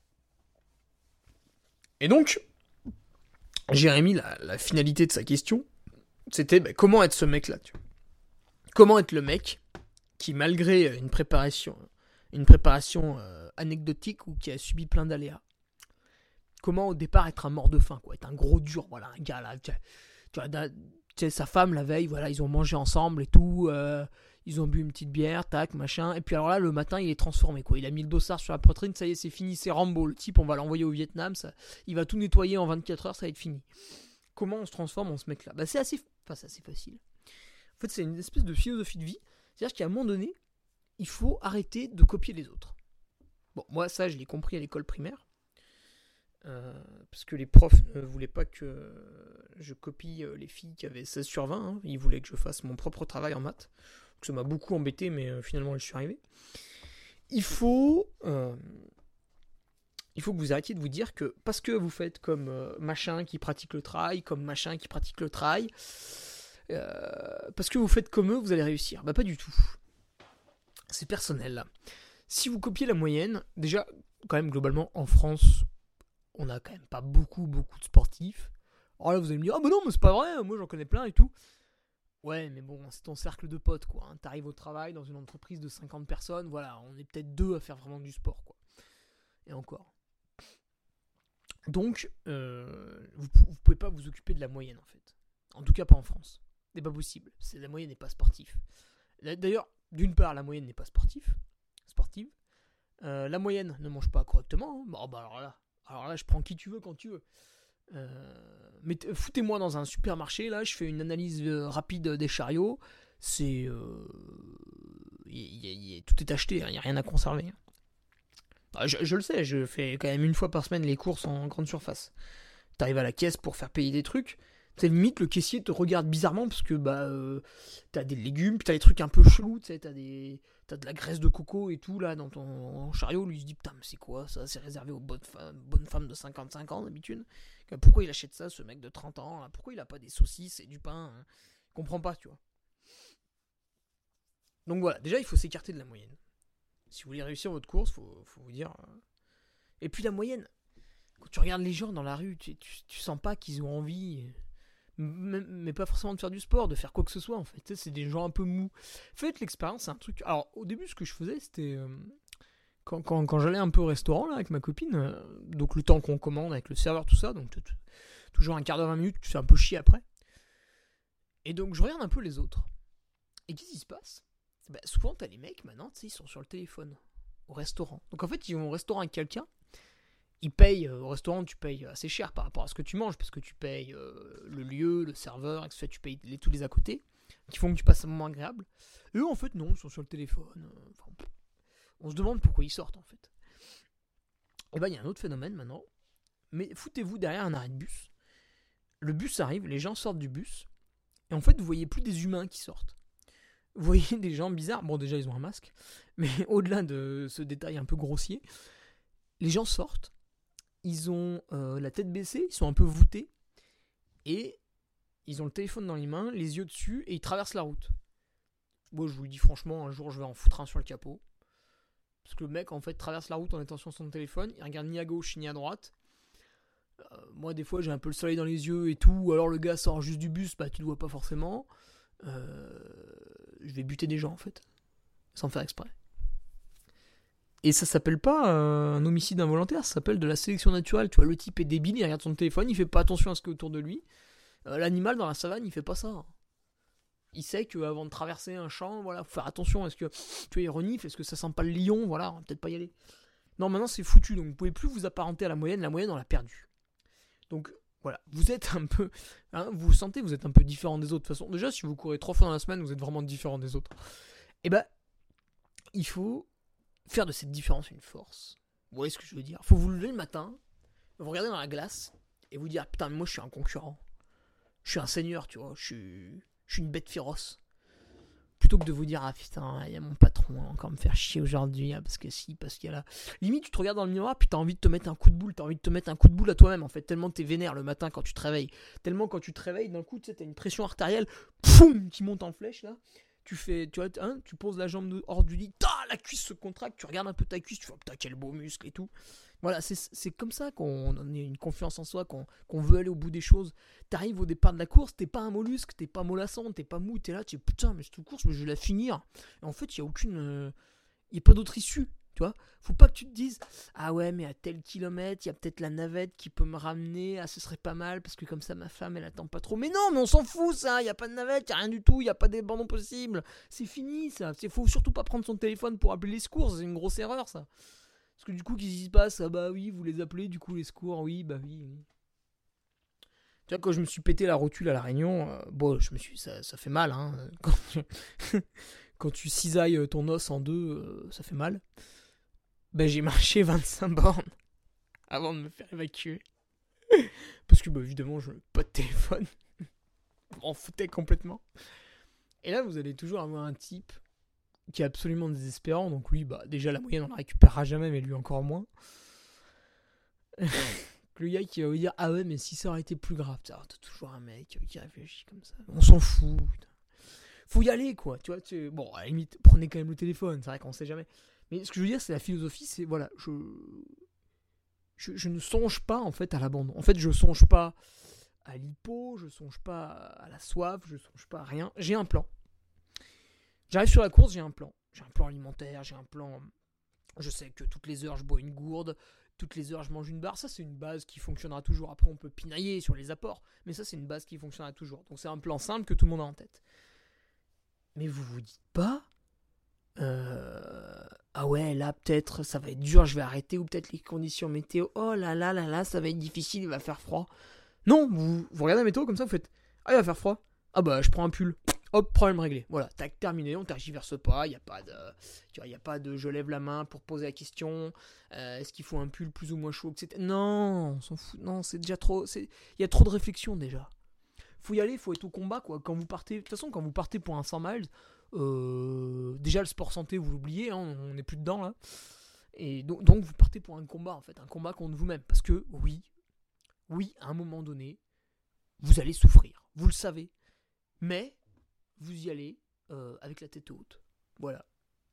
Et donc, Jérémy, la, la finalité de sa question, c'était bah, comment être ce mec-là, tu vois. Comment être le mec qui, malgré une préparation une préparation euh, anecdotique ou qui a subi plein d'aléas. Comment au départ être un mort de faim, quoi, être un gros dur, voilà, un gars là, tu vois, tu sais, sa femme la veille, voilà, ils ont mangé ensemble et tout, euh, ils ont bu une petite bière, tac, machin, et puis alors là, le matin, il est transformé, quoi, il a mis le dossard sur la poitrine, ça y est, c'est fini, c'est Rambo, le type, on va l'envoyer au Vietnam, ça, il va tout nettoyer en vingt-quatre heures, ça va être fini. Comment on se transforme en ce mec-là? Bah c'est assez, enfin, c'est assez facile. En fait, c'est une espèce de philosophie de vie, c'est-à-dire qu'à un moment donné, il faut arrêter de copier les autres. Bon, moi, ça, je l'ai compris à l'école primaire. Euh, parce que les profs ne voulaient pas que je copie les filles qui avaient seize sur vingt. Hein. Ils voulaient que je fasse mon propre travail en maths. Donc ça m'a beaucoup embêté, mais euh, finalement, je suis arrivé. Il faut, euh, il faut que vous arrêtiez de vous dire que parce que vous faites comme euh, machin qui pratique le trail, comme machin qui pratique le trail, euh, parce que vous faites comme eux, vous allez réussir. Bah pas du tout. C'est personnel là. Si vous copiez la moyenne, déjà, quand même, globalement, en France, on a quand même pas beaucoup, beaucoup de sportifs. Alors là, vous allez me dire, ah bah non, mais c'est pas vrai, moi j'en connais plein et tout. Ouais, mais bon, c'est ton cercle de potes, quoi. Hein. T'arrives au travail dans une entreprise de cinquante personnes, voilà, on est peut-être deux à faire vraiment du sport, quoi. Et encore. Donc, euh, vous, vous pouvez pas vous occuper de la moyenne, en fait. En tout cas, pas en France. C'est pas possible. C'est, la moyenne n'est pas sportive. D'ailleurs, d'une part, la moyenne n'est pas sportive. Sportive. Euh, la moyenne ne mange pas correctement. Hein. Bon, bah alors là. Alors là, je prends qui tu veux quand tu veux. Euh, mais t- foutez-moi dans un supermarché, là, je fais une analyse euh, rapide des chariots. C'est. Euh, y, y, y, tout est acheté, il hein, n'y a rien à conserver. Ah, je, je le sais, je fais quand même une fois par semaine les courses en grande surface. T'arrives à la caisse pour faire payer des trucs. C'est limite, le caissier te regarde bizarrement parce que bah euh, t'as des légumes, puis t'as des trucs un peu chelous, tu sais, t'as des. T'as de la graisse de coco et tout là dans ton chariot. Lui il se dit putain mais c'est quoi ça? C'est réservé aux bonnes, fa- bonnes femmes de cinquante-cinq ans d'habitude. Pourquoi il achète ça ce mec de trente ans là? Pourquoi il a pas des saucisses et du pain hein? Il comprend pas tu vois. Donc voilà, déjà il faut s'écarter de la moyenne. Si vous voulez réussir votre course, faut, faut vous dire. Euh... Et puis la moyenne, quand tu regardes les gens dans la rue, tu, tu, tu sens pas qu'ils ont envie. Mais pas forcément de faire du sport, de faire quoi que ce soit en fait, c'est des gens un peu mous. Faites l'expérience, c'est un truc. Alors au début ce que je faisais c'était euh, quand, quand, quand j'allais un peu au restaurant là avec ma copine, euh, donc le temps qu'on commande avec le serveur tout ça, donc t- t- toujours un quart d'heure, vingt minutes, tu fais un peu chier après. Et donc je regarde un peu les autres. Et qu'est-ce qui se passe? Bah, souvent t'as les mecs maintenant, tu sais, ils sont sur le téléphone au restaurant. Donc en fait ils vont au restaurant avec quelqu'un. Ils payent, euh, au restaurant, tu payes assez cher par rapport à ce que tu manges, parce que tu payes euh, le lieu, le serveur, et cetera. Tu payes les, tous les à côté, qui font que tu passes un moment agréable. Et eux, en fait, non, ils sont sur le téléphone. Euh, enfin, on se demande pourquoi ils sortent, en fait. Et ben, il y a un autre phénomène maintenant. Mais foutez-vous derrière un arrêt de bus. Le bus arrive, les gens sortent du bus, et en fait, vous voyez plus des humains qui sortent. Vous voyez des gens bizarres. Bon, déjà, ils ont un masque, mais au-delà de ce détail un peu grossier, les gens sortent. Ils ont euh, la tête baissée, ils sont un peu voûtés, et ils ont le téléphone dans les mains, les yeux dessus, et ils traversent la route. Moi, je vous le dis franchement, un jour, je vais en foutre un sur le capot. Parce que le mec, en fait, traverse la route en étant sur son téléphone, il regarde ni à gauche ni à droite. Euh, moi, des fois, j'ai un peu le soleil dans les yeux et tout, ou alors le gars sort juste du bus, bah tu le vois pas forcément. Euh, je vais buter des gens, en fait, sans faire exprès. Et ça s'appelle pas euh, un homicide involontaire, ça s'appelle de la sélection naturelle. Tu vois, le type est débile, il regarde son téléphone, il fait pas attention à ce qu'il y a autour de lui. Euh, l'animal dans la savane, il fait pas ça. Il sait qu'avant de traverser un champ, voilà, faut faire attention. Est-ce que tu vois, il renifle, est-ce que ça sent pas le lion? Voilà, on va peut-être pas y aller. Non, maintenant c'est foutu, donc vous pouvez plus vous apparenter à la moyenne. La moyenne, on l'a perdue. Donc voilà, vous êtes un peu, hein, vous vous sentez, vous êtes un peu différent des autres. De toute façon, déjà, si vous courez trois fois dans la semaine, vous êtes vraiment différent des autres. Et ben, il faut faire de cette différence une force. Vous voyez ce que je veux dire? Faut vous lever le matin, vous regarder dans la glace et vous dire putain mais moi je suis un concurrent. Je suis un seigneur, tu vois, je suis, je suis une bête féroce. Plutôt que de vous dire ah putain, il y a mon patron va encore me faire chier aujourd'hui, hein, parce que si, parce qu'il y a là. Limite tu te regardes dans le miroir puis t'as envie de te mettre un coup de boule, t'as envie de te mettre un coup de boule à toi-même en fait, tellement t'es vénère le matin quand tu te réveilles. Tellement quand tu te réveilles d'un coup tu sais t'as une pression artérielle, poum, qui monte en flèche là. Tu fais, tu vois, hein, tu poses la jambe de, hors du lit, ta, la cuisse se contracte, tu regardes un peu ta cuisse, tu fais putain quel beau muscle et tout. Voilà, c'est, c'est comme ça qu'on a une confiance en soi, qu'on, qu'on veut aller au bout des choses. T'arrives au départ de la course, t'es pas un mollusque, t'es pas mollasson, t'es pas mou, t'es là, tu es putain mais cette course, mais je vais la finir. Et en fait, il y a aucune, il euh, y a pas d'autre issue. Tu vois, faut pas que tu te dises ah ouais, mais à tel kilomètre, il y a peut-être la navette qui peut me ramener. Ah, ce serait pas mal parce que comme ça, ma femme, elle attend pas trop. Mais non, mais on s'en fout, ça. Il y a pas de navette, il y a rien du tout. Il y a pas d'abandon possible. C'est fini, ça. Il faut surtout pas prendre son téléphone pour appeler les secours. C'est une grosse erreur, ça. Parce que du coup, qu'est-ce qui se passe? Ah bah oui, vous les appelez, du coup, les secours. Oui, bah oui. oui. Tu vois, quand je me suis pété la rotule à La Réunion, euh, bon, je me suis, ça, ça fait mal, hein. Quand tu, quand tu cisailles ton os en deux, euh, ça fait mal. Ben, j'ai marché vingt-cinq bornes avant de me faire évacuer. Parce que, bah, évidemment, je n'avais pas de téléphone. Je m'en foutais complètement. Et là, vous allez toujours avoir un type qui est absolument désespérant. Donc, lui, bah, déjà, la moyenne, on la récupérera jamais, mais lui encore moins. Le gars qui va vous dire ah ouais, mais si ça aurait été plus grave, t'as toujours un mec qui réfléchit comme ça. On s'en fout. Putain. Faut y aller, quoi. Tu vois, tu... Bon, à la limite, prenez quand même le téléphone. C'est vrai qu'on sait jamais. Mais ce que je veux dire, c'est la philosophie, c'est voilà, je, je, je ne songe pas en fait à l'abandon. En fait, je songe pas à l'hypo, je songe pas à la soif, je songe pas à rien. J'ai un plan. J'arrive sur la course, j'ai un plan. J'ai un plan alimentaire, j'ai un plan. Je sais que toutes les heures, je bois une gourde. Toutes les heures, je mange une barre. Ça, c'est une base qui fonctionnera toujours. Après, on peut pinailler sur les apports. Mais ça, c'est une base qui fonctionnera toujours. Donc, c'est un plan simple que tout le monde a en tête. Mais vous vous dites pas euh, ah ouais, là peut-être ça va être dur, je vais arrêter, ou peut-être les conditions météo, oh là là là là, ça va être difficile, il va faire froid. Non, vous, vous regardez la météo comme ça, vous faites ah, il va faire froid, ah bah je prends un pull, hop, problème réglé, voilà, tac, terminé, on tergiverse pas, il n'y a pas de tu vois, il y a pas de je lève la main pour poser la question, euh, est-ce qu'il faut un pull plus ou moins chaud, et cetera. Non, on s'en fout, non, c'est déjà trop, il y a trop de réflexion déjà. Faut y aller, faut être au combat, quoi. Quand vous partez, de toute façon, quand vous partez pour un cent miles, euh, déjà le sport santé, vous l'oubliez, hein, on n'est plus dedans là. Et donc, donc, vous partez pour un combat, en fait, un combat contre vous-même. Parce que oui, oui, à un moment donné, vous allez souffrir, vous le savez. Mais vous y allez euh, avec la tête haute. Voilà.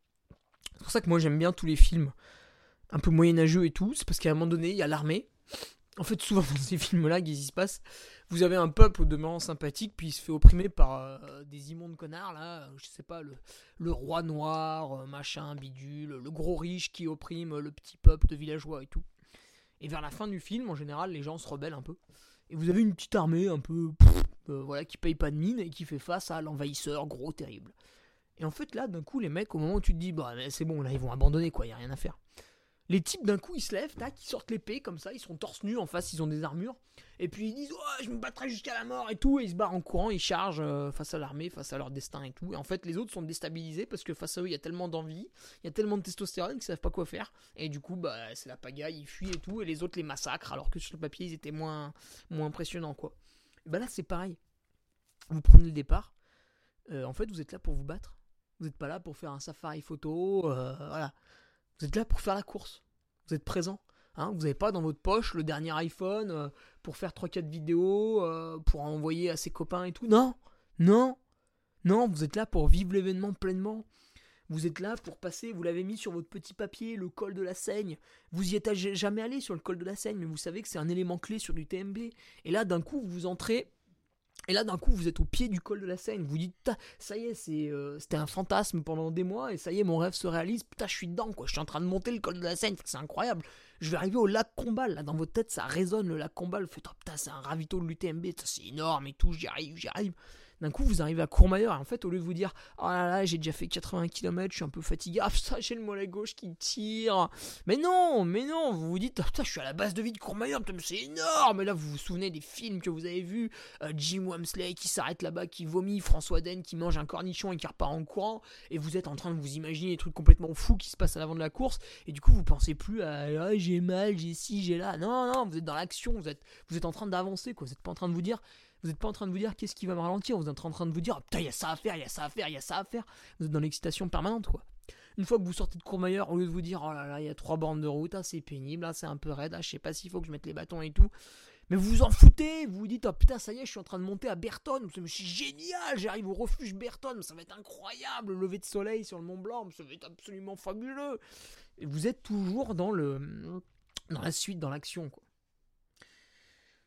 C'est pour ça que moi j'aime bien tous les films un peu moyenâgeux et tout. C'est parce qu'à un moment donné, il y a l'armée. En fait, souvent dans ces films-là, qu'est-ce qui se passe? Vous avez un peuple au demeurant sympathique, puis il se fait opprimer par euh, des immondes connards, là, je sais pas, le, le roi noir, euh, machin, bidule, le gros riche qui opprime le petit peuple de villageois et tout. Et vers la fin du film, en général, les gens se rebellent un peu. Et vous avez une petite armée un peu, pff, euh, voilà, qui paye pas de mine et qui fait face à l'envahisseur gros, terrible. Et en fait, là, d'un coup, les mecs, au moment où tu te dis, bah, c'est bon, là, ils vont abandonner, quoi, y a rien à faire. Les types d'un coup ils se lèvent, tac, ils sortent l'épée comme ça, ils sont torse nus, en face ils ont des armures, et puis ils disent oh, je me battrai jusqu'à la mort et tout, et ils se barrent en courant, ils chargent euh, face à l'armée, face à leur destin et tout. Et en fait les autres sont déstabilisés parce que face à eux il y a tellement d'envie, il y a tellement de testostérone qu'ils savent pas quoi faire, et du coup bah c'est la pagaille, ils fuient et tout, et les autres les massacrent alors que sur le papier ils étaient moins, moins impressionnants quoi. Et bah là c'est pareil, vous prenez le départ, euh, en fait vous êtes là pour vous battre, vous n'êtes pas là pour faire un safari photo, euh, voilà. Vous êtes là pour faire la course. Vous êtes présent. Hein, vous n'avez pas dans votre poche le dernier iPhone euh, pour faire trois quatre vidéos, euh, pour envoyer à ses copains et tout. Non, non, non, vous êtes là pour vivre l'événement pleinement. Vous êtes là pour passer, vous l'avez mis sur votre petit papier, le col de la Seigne. Vous y êtes jamais allé sur le col de la Seigne, mais vous savez que c'est un élément clé sur du T M B. Et là, d'un coup, vous entrez... Et là, d'un coup, vous êtes au pied du col de la Seigne. Vous dites, ça y est, c'est, euh, c'était un fantasme pendant des mois. Et ça y est, mon rêve se réalise. Putain, je suis dedans, quoi. Je suis en train de monter le col de la Seigne. C'est incroyable. Je vais arriver au lac Combal. Là, dans votre tête, ça résonne, le lac Combal. Vous faites, oh, putain, c'est un ravito de l'U T M B. C'est énorme et tout. J'y arrive, j'y arrive. D'un coup, vous arrivez à Courmayeur. Et en fait, au lieu de vous dire, oh là là, j'ai déjà fait quatre-vingts kilomètres, je suis un peu fatigué. Ah putain, j'ai le mollet gauche qui tire. Mais non, mais non. Vous vous dites, oh, putain, je suis à la base de vie de Courmayeur. Putain, mais c'est énorme. Et là, vous vous souvenez des films que vous avez vus. Euh, Jim Wamsley qui s'arrête là-bas, qui vomit. François Den qui mange un cornichon et qui repart en courant. Et vous êtes en train de vous imaginer des trucs complètement fous qui se passent à l'avant de la course. Et du coup, vous pensez plus à, ah, j'ai mal, j'ai ci, j'ai là. Non, non, vous êtes dans l'action. Vous êtes, vous êtes en train d'avancer, quoi. Vous n'êtes pas en train de vous dire. Vous n'êtes pas en train de vous dire qu'est-ce qui va me ralentir, vous êtes en train de vous dire oh, putain, il y a ça à faire, il y a ça à faire, il y a ça à faire. Vous êtes dans l'excitation permanente, quoi. Une fois que vous sortez de Courmayeur, au lieu de vous dire oh là là, il y a trois bornes de route, ah, c'est pénible, ah, c'est un peu raide, ah, je sais pas s'il faut que je mette les bâtons et tout. Mais vous vous en foutez, vous vous dites oh putain, ça y est, je suis en train de monter à Berton, c'est génial, j'arrive au refuge Berton, ça va être incroyable, le lever de soleil sur le Mont Blanc, ça va être absolument fabuleux. Et vous êtes toujours dans le dans la suite, dans l'action, quoi.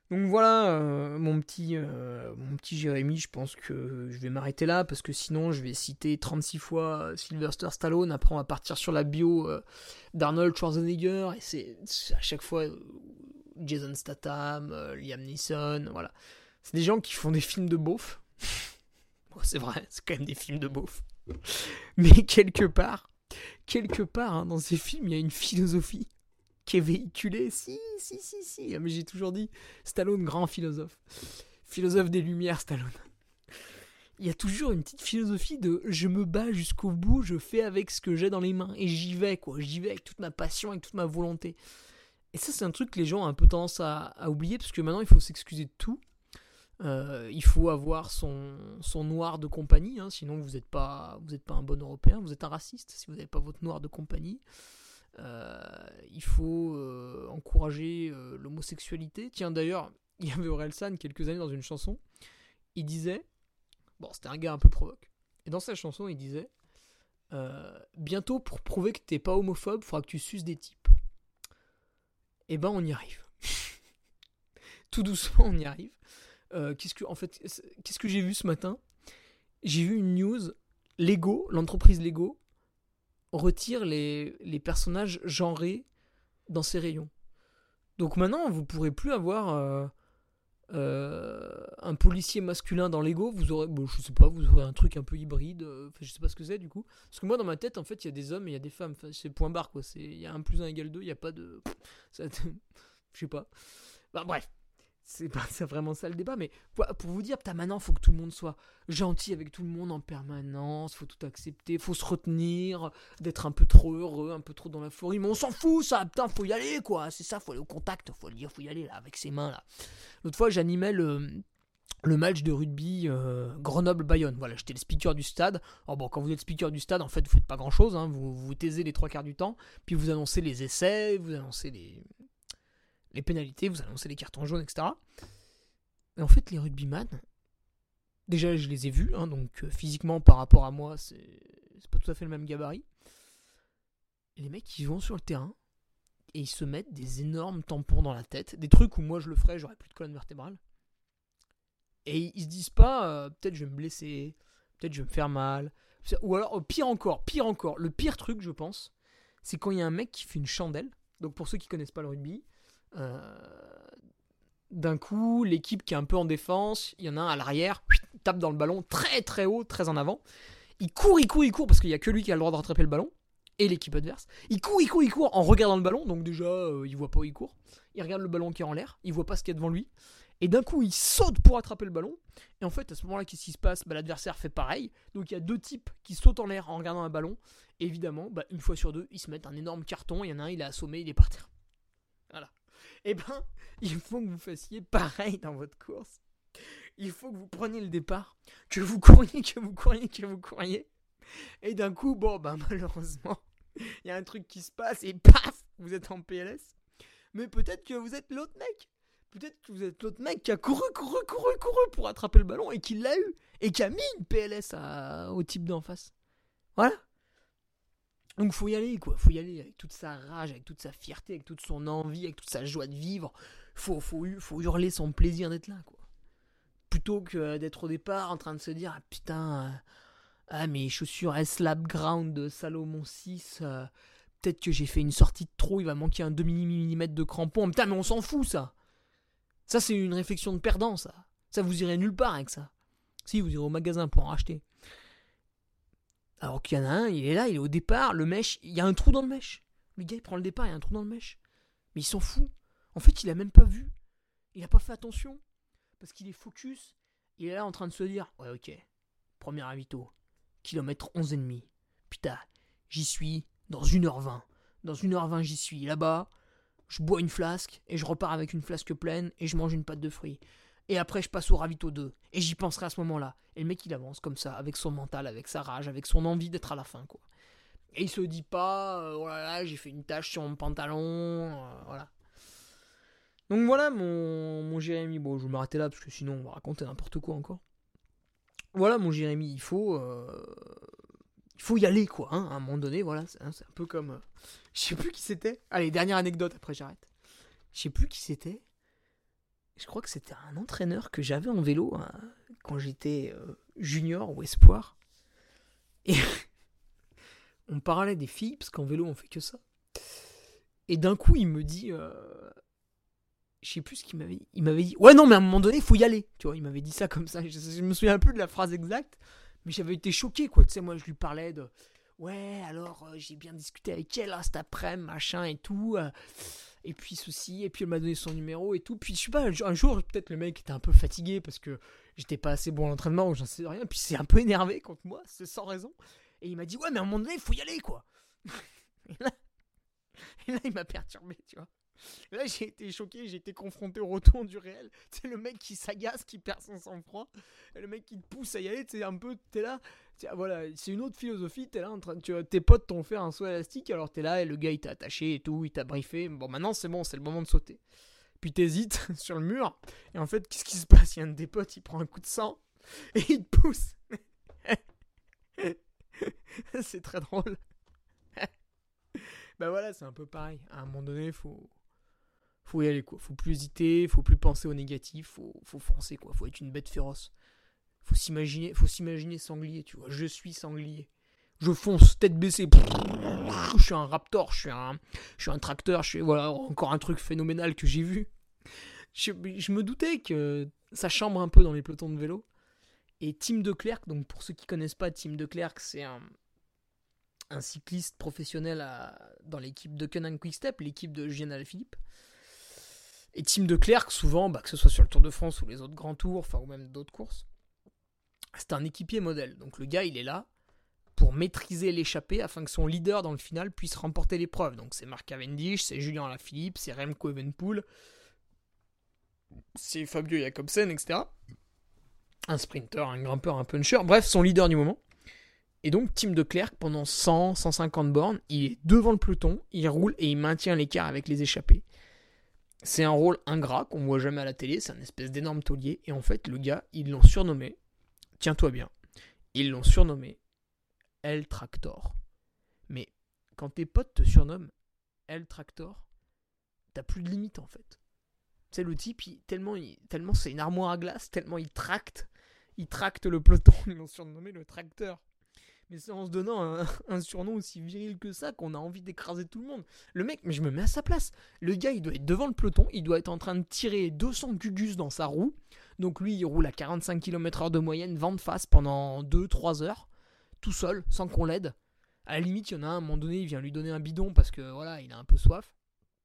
Donc voilà, euh, mon, petit, euh, mon petit Jérémy, je pense que je vais m'arrêter là, parce que sinon je vais citer trente-six fois Sylvester Stallone, après on va partir sur la bio euh, d'Arnold Schwarzenegger, et c'est, c'est à chaque fois euh, Jason Statham, euh, Liam Neeson, voilà. C'est des gens qui font des films de beauf. Bon, c'est vrai, c'est quand même des films de beauf. Mais quelque part, quelque part, hein, dans ces films, il y a une philosophie qui est véhiculée. Si, si, si, si. Mais j'ai toujours dit, Stallone, grand philosophe. Philosophe des Lumières, Stallone. Il y a toujours une petite philosophie de je me bats jusqu'au bout, je fais avec ce que j'ai dans les mains. Et j'y vais, quoi. J'y vais avec toute ma passion, avec toute ma volonté. Et ça, c'est un truc que les gens ont un peu tendance à, à oublier, parce que maintenant, il faut s'excuser de tout. Euh, il faut avoir son, son noir de compagnie, hein, sinon vous n'êtes pas, vous êtes pas un bon Européen, vous êtes un raciste si vous n'avez pas votre noir de compagnie. Euh, il faut euh, encourager euh, l'homosexualité. Tiens, d'ailleurs, il y avait Orelsan quelques années dans une chanson, il disait, bon, c'était un gars un peu provoque, et dans sa chanson, il disait euh, bientôt, pour prouver que t'es pas homophobe, il faudra que tu suces des types. Et ben, on y arrive. Tout doucement, on y arrive. Euh, qu'est-ce que, en fait, qu'est-ce que j'ai vu ce matin ? J'ai vu une news. Lego, l'entreprise Lego, retire les, les personnages genrés dans ses rayons. Donc maintenant, vous ne pourrez plus avoir euh, euh, un policier masculin dans Lego. Vous aurez, bon, je sais pas, vous aurez un truc un peu hybride. Euh, je sais pas ce que c'est du coup. Parce que moi, dans ma tête, en fait, il y a des hommes et il y a des femmes. Enfin, c'est point barre, quoi. Il y a un plus un égale deux, il n'y a pas de. Ça, je sais pas. Bah, bref. C'est pas c'est vraiment ça le débat, mais pour vous dire, putain, maintenant, faut que tout le monde soit gentil avec tout le monde en permanence, faut tout accepter, faut se retenir, d'être un peu trop heureux, un peu trop dans l'euphorie, mais on s'en fout, ça, putain, faut y aller, quoi, c'est ça, faut aller au contact, faut le dire, faut y aller, là, avec ses mains, là. L'autre fois, j'animais le, le match de rugby euh, Grenoble-Bayonne, voilà, j'étais le speaker du stade. Alors bon, quand vous êtes speaker du stade, en fait, vous faites pas grand-chose, hein, vous vous taisez les trois quarts du temps, puis vous annoncez les essais, vous annoncez les... les pénalités, vous annoncez les cartons jaunes, et cetera. Et en fait, les rugbyman, déjà, je les ai vus, hein, donc euh, physiquement, par rapport à moi, c'est... c'est pas tout à fait le même gabarit. Et les mecs, ils vont sur le terrain, et ils se mettent des énormes tampons dans la tête, des trucs où moi, je le ferais, j'aurais plus de colonne vertébrale. Et ils se disent pas, euh, peut-être je vais me blesser, peut-être je vais me faire mal. Ou alors, oh, pire encore, pire encore, le pire truc, je pense, c'est quand il y a un mec qui fait une chandelle. Donc pour ceux qui connaissent pas le rugby, Euh, d'un coup, l'équipe qui est un peu en défense, il y en a un à l'arrière, tape dans le ballon très très haut, très en avant. Il court, il court, il court parce qu'il n'y a que lui qui a le droit de rattraper le ballon et l'équipe adverse. Il court, il court, il court en regardant le ballon, donc déjà euh, il voit pas où il court. Il regarde le ballon qui est en l'air, il voit pas ce qu'il y a devant lui. Et d'un coup, il saute pour attraper le ballon. Et en fait, à ce moment-là, qu'est-ce qui se passe ? Bah, l'adversaire fait pareil. Donc il y a deux types qui sautent en l'air en regardant un ballon. Et évidemment, bah, une fois sur deux, ils se mettent un énorme carton. Il y en a un, il est assommé, il est par terre. Voilà. Eh ben, il faut que vous fassiez pareil dans votre course. Il faut que vous preniez le départ, que vous couriez, que vous couriez, que vous couriez. Et d'un coup, bon, ben malheureusement, il y a un truc qui se passe et paf, vous êtes en P L S. Mais peut-être que vous êtes l'autre mec. Peut-être que vous êtes l'autre mec qui a couru, couru, couru, couru pour attraper le ballon et qui l'a eu. Et qui a mis une P L S à, au type d'en face. Voilà. Donc faut y aller, quoi. Faut y aller avec toute sa rage, avec toute sa fierté, avec toute son envie, avec toute sa joie de vivre. Faut, faut, faut hurler son plaisir d'être là, quoi. Plutôt que d'être au départ en train de se dire ah putain, euh, ah mes chaussures S-Lab Ground de Salomon six, euh, peut-être que j'ai fait une sortie de trop, il va manquer un demi-millimètre de crampon. Putain, mais on s'en fout, ça. Ça, c'est une réflexion de perdant, ça. Ça, vous irez nulle part avec ça. Si, vous irez au magasin pour en racheter. Alors qu'il y en a un, il est là, il est au départ, le mèche, il y a un trou dans le mèche. Le gars, il prend le départ, il y a un trou dans le mèche. Mais il s'en fout. En fait, il a même pas vu. Il a pas fait attention. Parce qu'il est focus. Il est là en train de se dire, ouais, ok, premier ravito, kilomètre onze et demi. Putain, j'y suis dans une heure vingt. Dans une heure vingt, j'y suis. Là-bas, je bois une flasque et je repars avec une flasque pleine et je mange une pâte de fruits. Et après, je passe au ravito deux. Et j'y penserai à ce moment-là. Et le mec, il avance comme ça, avec son mental, avec sa rage, avec son envie d'être à la fin, quoi. Et il se dit pas, euh, oh là là, j'ai fait une tache sur mon pantalon, euh, voilà. Donc voilà, mon, mon Jérémy. Bon, je vais m'arrêter là, parce que sinon, on va raconter n'importe quoi encore. Voilà, mon Jérémy, il faut... Euh, il faut y aller, quoi, hein, à un moment donné, voilà. C'est, hein, c'est un peu comme... Euh, je sais plus qui c'était. Allez, dernière anecdote, après j'arrête. Je sais plus qui c'était. Je crois que c'était un entraîneur que j'avais en vélo hein, quand j'étais euh, junior ou espoir. Et on parlait des filles, parce qu'en vélo on fait que ça. Et d'un coup il me dit... Euh, je sais plus ce qu'il m'avait dit. Il m'avait dit, ouais non mais à un moment donné il faut y aller. Tu vois, il m'avait dit ça comme ça. Je, je me souviens plus de la phrase exacte. Mais j'avais été choqué quoi. Tu sais, moi je lui parlais de... Ouais, alors euh, j'ai bien discuté avec elle hein, cet après-midi, machin et tout. Euh, et puis ceci, et puis elle m'a donné son numéro et tout. Puis je sais pas, un jour, peut-être le mec était un peu fatigué parce que j'étais pas assez bon à l'entraînement ou j'en sais rien. Puis il s'est un peu énervé contre moi, c'est sans raison. Et il m'a dit, ouais, mais à un moment donné, il faut y aller quoi. et, là, et là, il m'a perturbé, tu vois. Et là, j'ai été choqué, j'ai été confronté au retour du réel. C'est le mec qui s'agace, qui perd son sang-froid. Et le mec qui te pousse à y aller, tu sais, un peu, t'es là. Voilà, c'est une autre philosophie, t'es là en train de, tu vois, tes potes t'ont fait un saut élastique, alors t'es là et le gars il t'a attaché et tout, il t'a briefé, bon maintenant c'est bon, c'est le moment de sauter. Puis t'hésites sur le mur, et en fait qu'est-ce qui se passe? Il y a un des potes, il prend un coup de sang, et il te pousse. C'est très drôle. Bah voilà, c'est un peu pareil, à un moment donné faut... Faut y aller quoi, faut plus hésiter, faut plus penser au négatif, faut, faut foncer quoi, faut être une bête féroce. Faut s'imaginer, faut s'imaginer sanglier, tu vois. Je suis sanglier. Je fonce, tête baissée. Je suis un raptor, je suis un, je suis un tracteur, je suis, voilà, encore un truc phénoménal que j'ai vu. Je, je me doutais que ça chambre un peu dans les pelotons de vélo. Et Tim Declercq, donc pour ceux qui connaissent pas, Tim Declercq, c'est un, un cycliste professionnel à, dans l'équipe de Deceuninck Quick-Step, l'équipe de Julien Alaphilippe. Et Tim Declercq, souvent, bah, que ce soit sur le Tour de France ou les autres grands tours, enfin ou même d'autres courses, c'est un équipier modèle. Donc le gars, il est là pour maîtriser l'échappée afin que son leader dans le final puisse remporter l'épreuve. Donc c'est Mark Cavendish, c'est Julien Alaphilippe, c'est Remco Evenepoel, c'est Fabio Jakobsen, et cetera. Un sprinter, un grimpeur, un puncher, bref, son leader du moment. Et donc Tim Declercq, pendant cent à cent cinquante bornes, il est devant le peloton, il roule et il maintient l'écart avec les échappés. C'est un rôle ingrat qu'on voit jamais à la télé, c'est un espèce d'énorme taulier. Et en fait, le gars, ils l'ont surnommé, tiens-toi bien, ils l'ont surnommé El Tractor. Mais quand tes potes te surnomment El Tractor, t'as plus de limite en fait. Tu sais, le type, il, tellement, il, tellement c'est une armoire à glace, tellement il tracte, il tracte le peloton, ils l'ont surnommé le tracteur. Mais c'est en se donnant un, un surnom aussi viril que ça qu'on a envie d'écraser tout le monde. Le mec, mais je me mets à sa place. Le gars, il doit être devant le peloton, il doit être en train de tirer deux cents gugus dans sa roue. Donc lui, il roule à quarante-cinq kilomètres heure de moyenne, vent de face pendant deux à trois heures, tout seul, sans qu'on l'aide. À la limite, il y en a un, à un moment donné, il vient lui donner un bidon parce que voilà, il a un peu soif.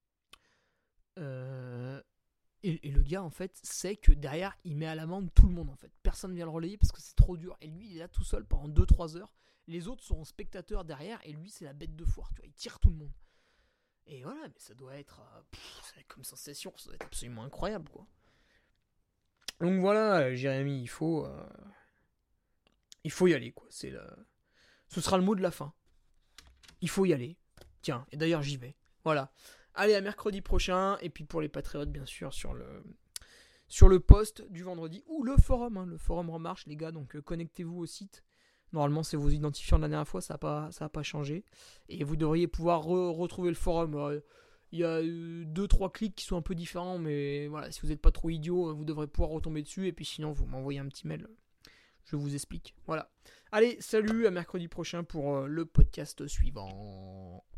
Euh... Et, et le gars, en fait, sait que derrière, il met à l'amende tout le monde, en fait. Personne ne vient le relayer parce que c'est trop dur. Et lui, il est là tout seul pendant deux à trois heures. Les autres sont spectateurs derrière et lui, c'est la bête de foire, tu vois. Il tire tout le monde. Et voilà, mais ça doit être... Euh, pff, ça, comme sensation, ça doit être absolument incroyable, quoi. Donc voilà, Jérémy, il faut... Euh, il faut y aller, quoi. C'est le... Ce sera le mot de la fin. Il faut y aller. Tiens, et d'ailleurs, j'y vais. Voilà. Allez, à mercredi prochain. Et puis pour les patriotes, bien sûr, sur le, sur le post du vendredi. Ou le forum. Hein. Le forum en marche, les gars. Donc euh, connectez-vous au site. Normalement, c'est vos identifiants de la dernière fois. Ça n'a pas, ça a pas changé. Et vous devriez pouvoir re- retrouver le forum. Euh, il y a deux trois clics qui sont un peu différents. Mais voilà, si vous n'êtes pas trop idiot, vous devrez pouvoir retomber dessus. Et puis sinon, vous m'envoyez un petit mail. Je vous explique. Voilà. Allez, salut, à mercredi prochain pour euh, le podcast suivant.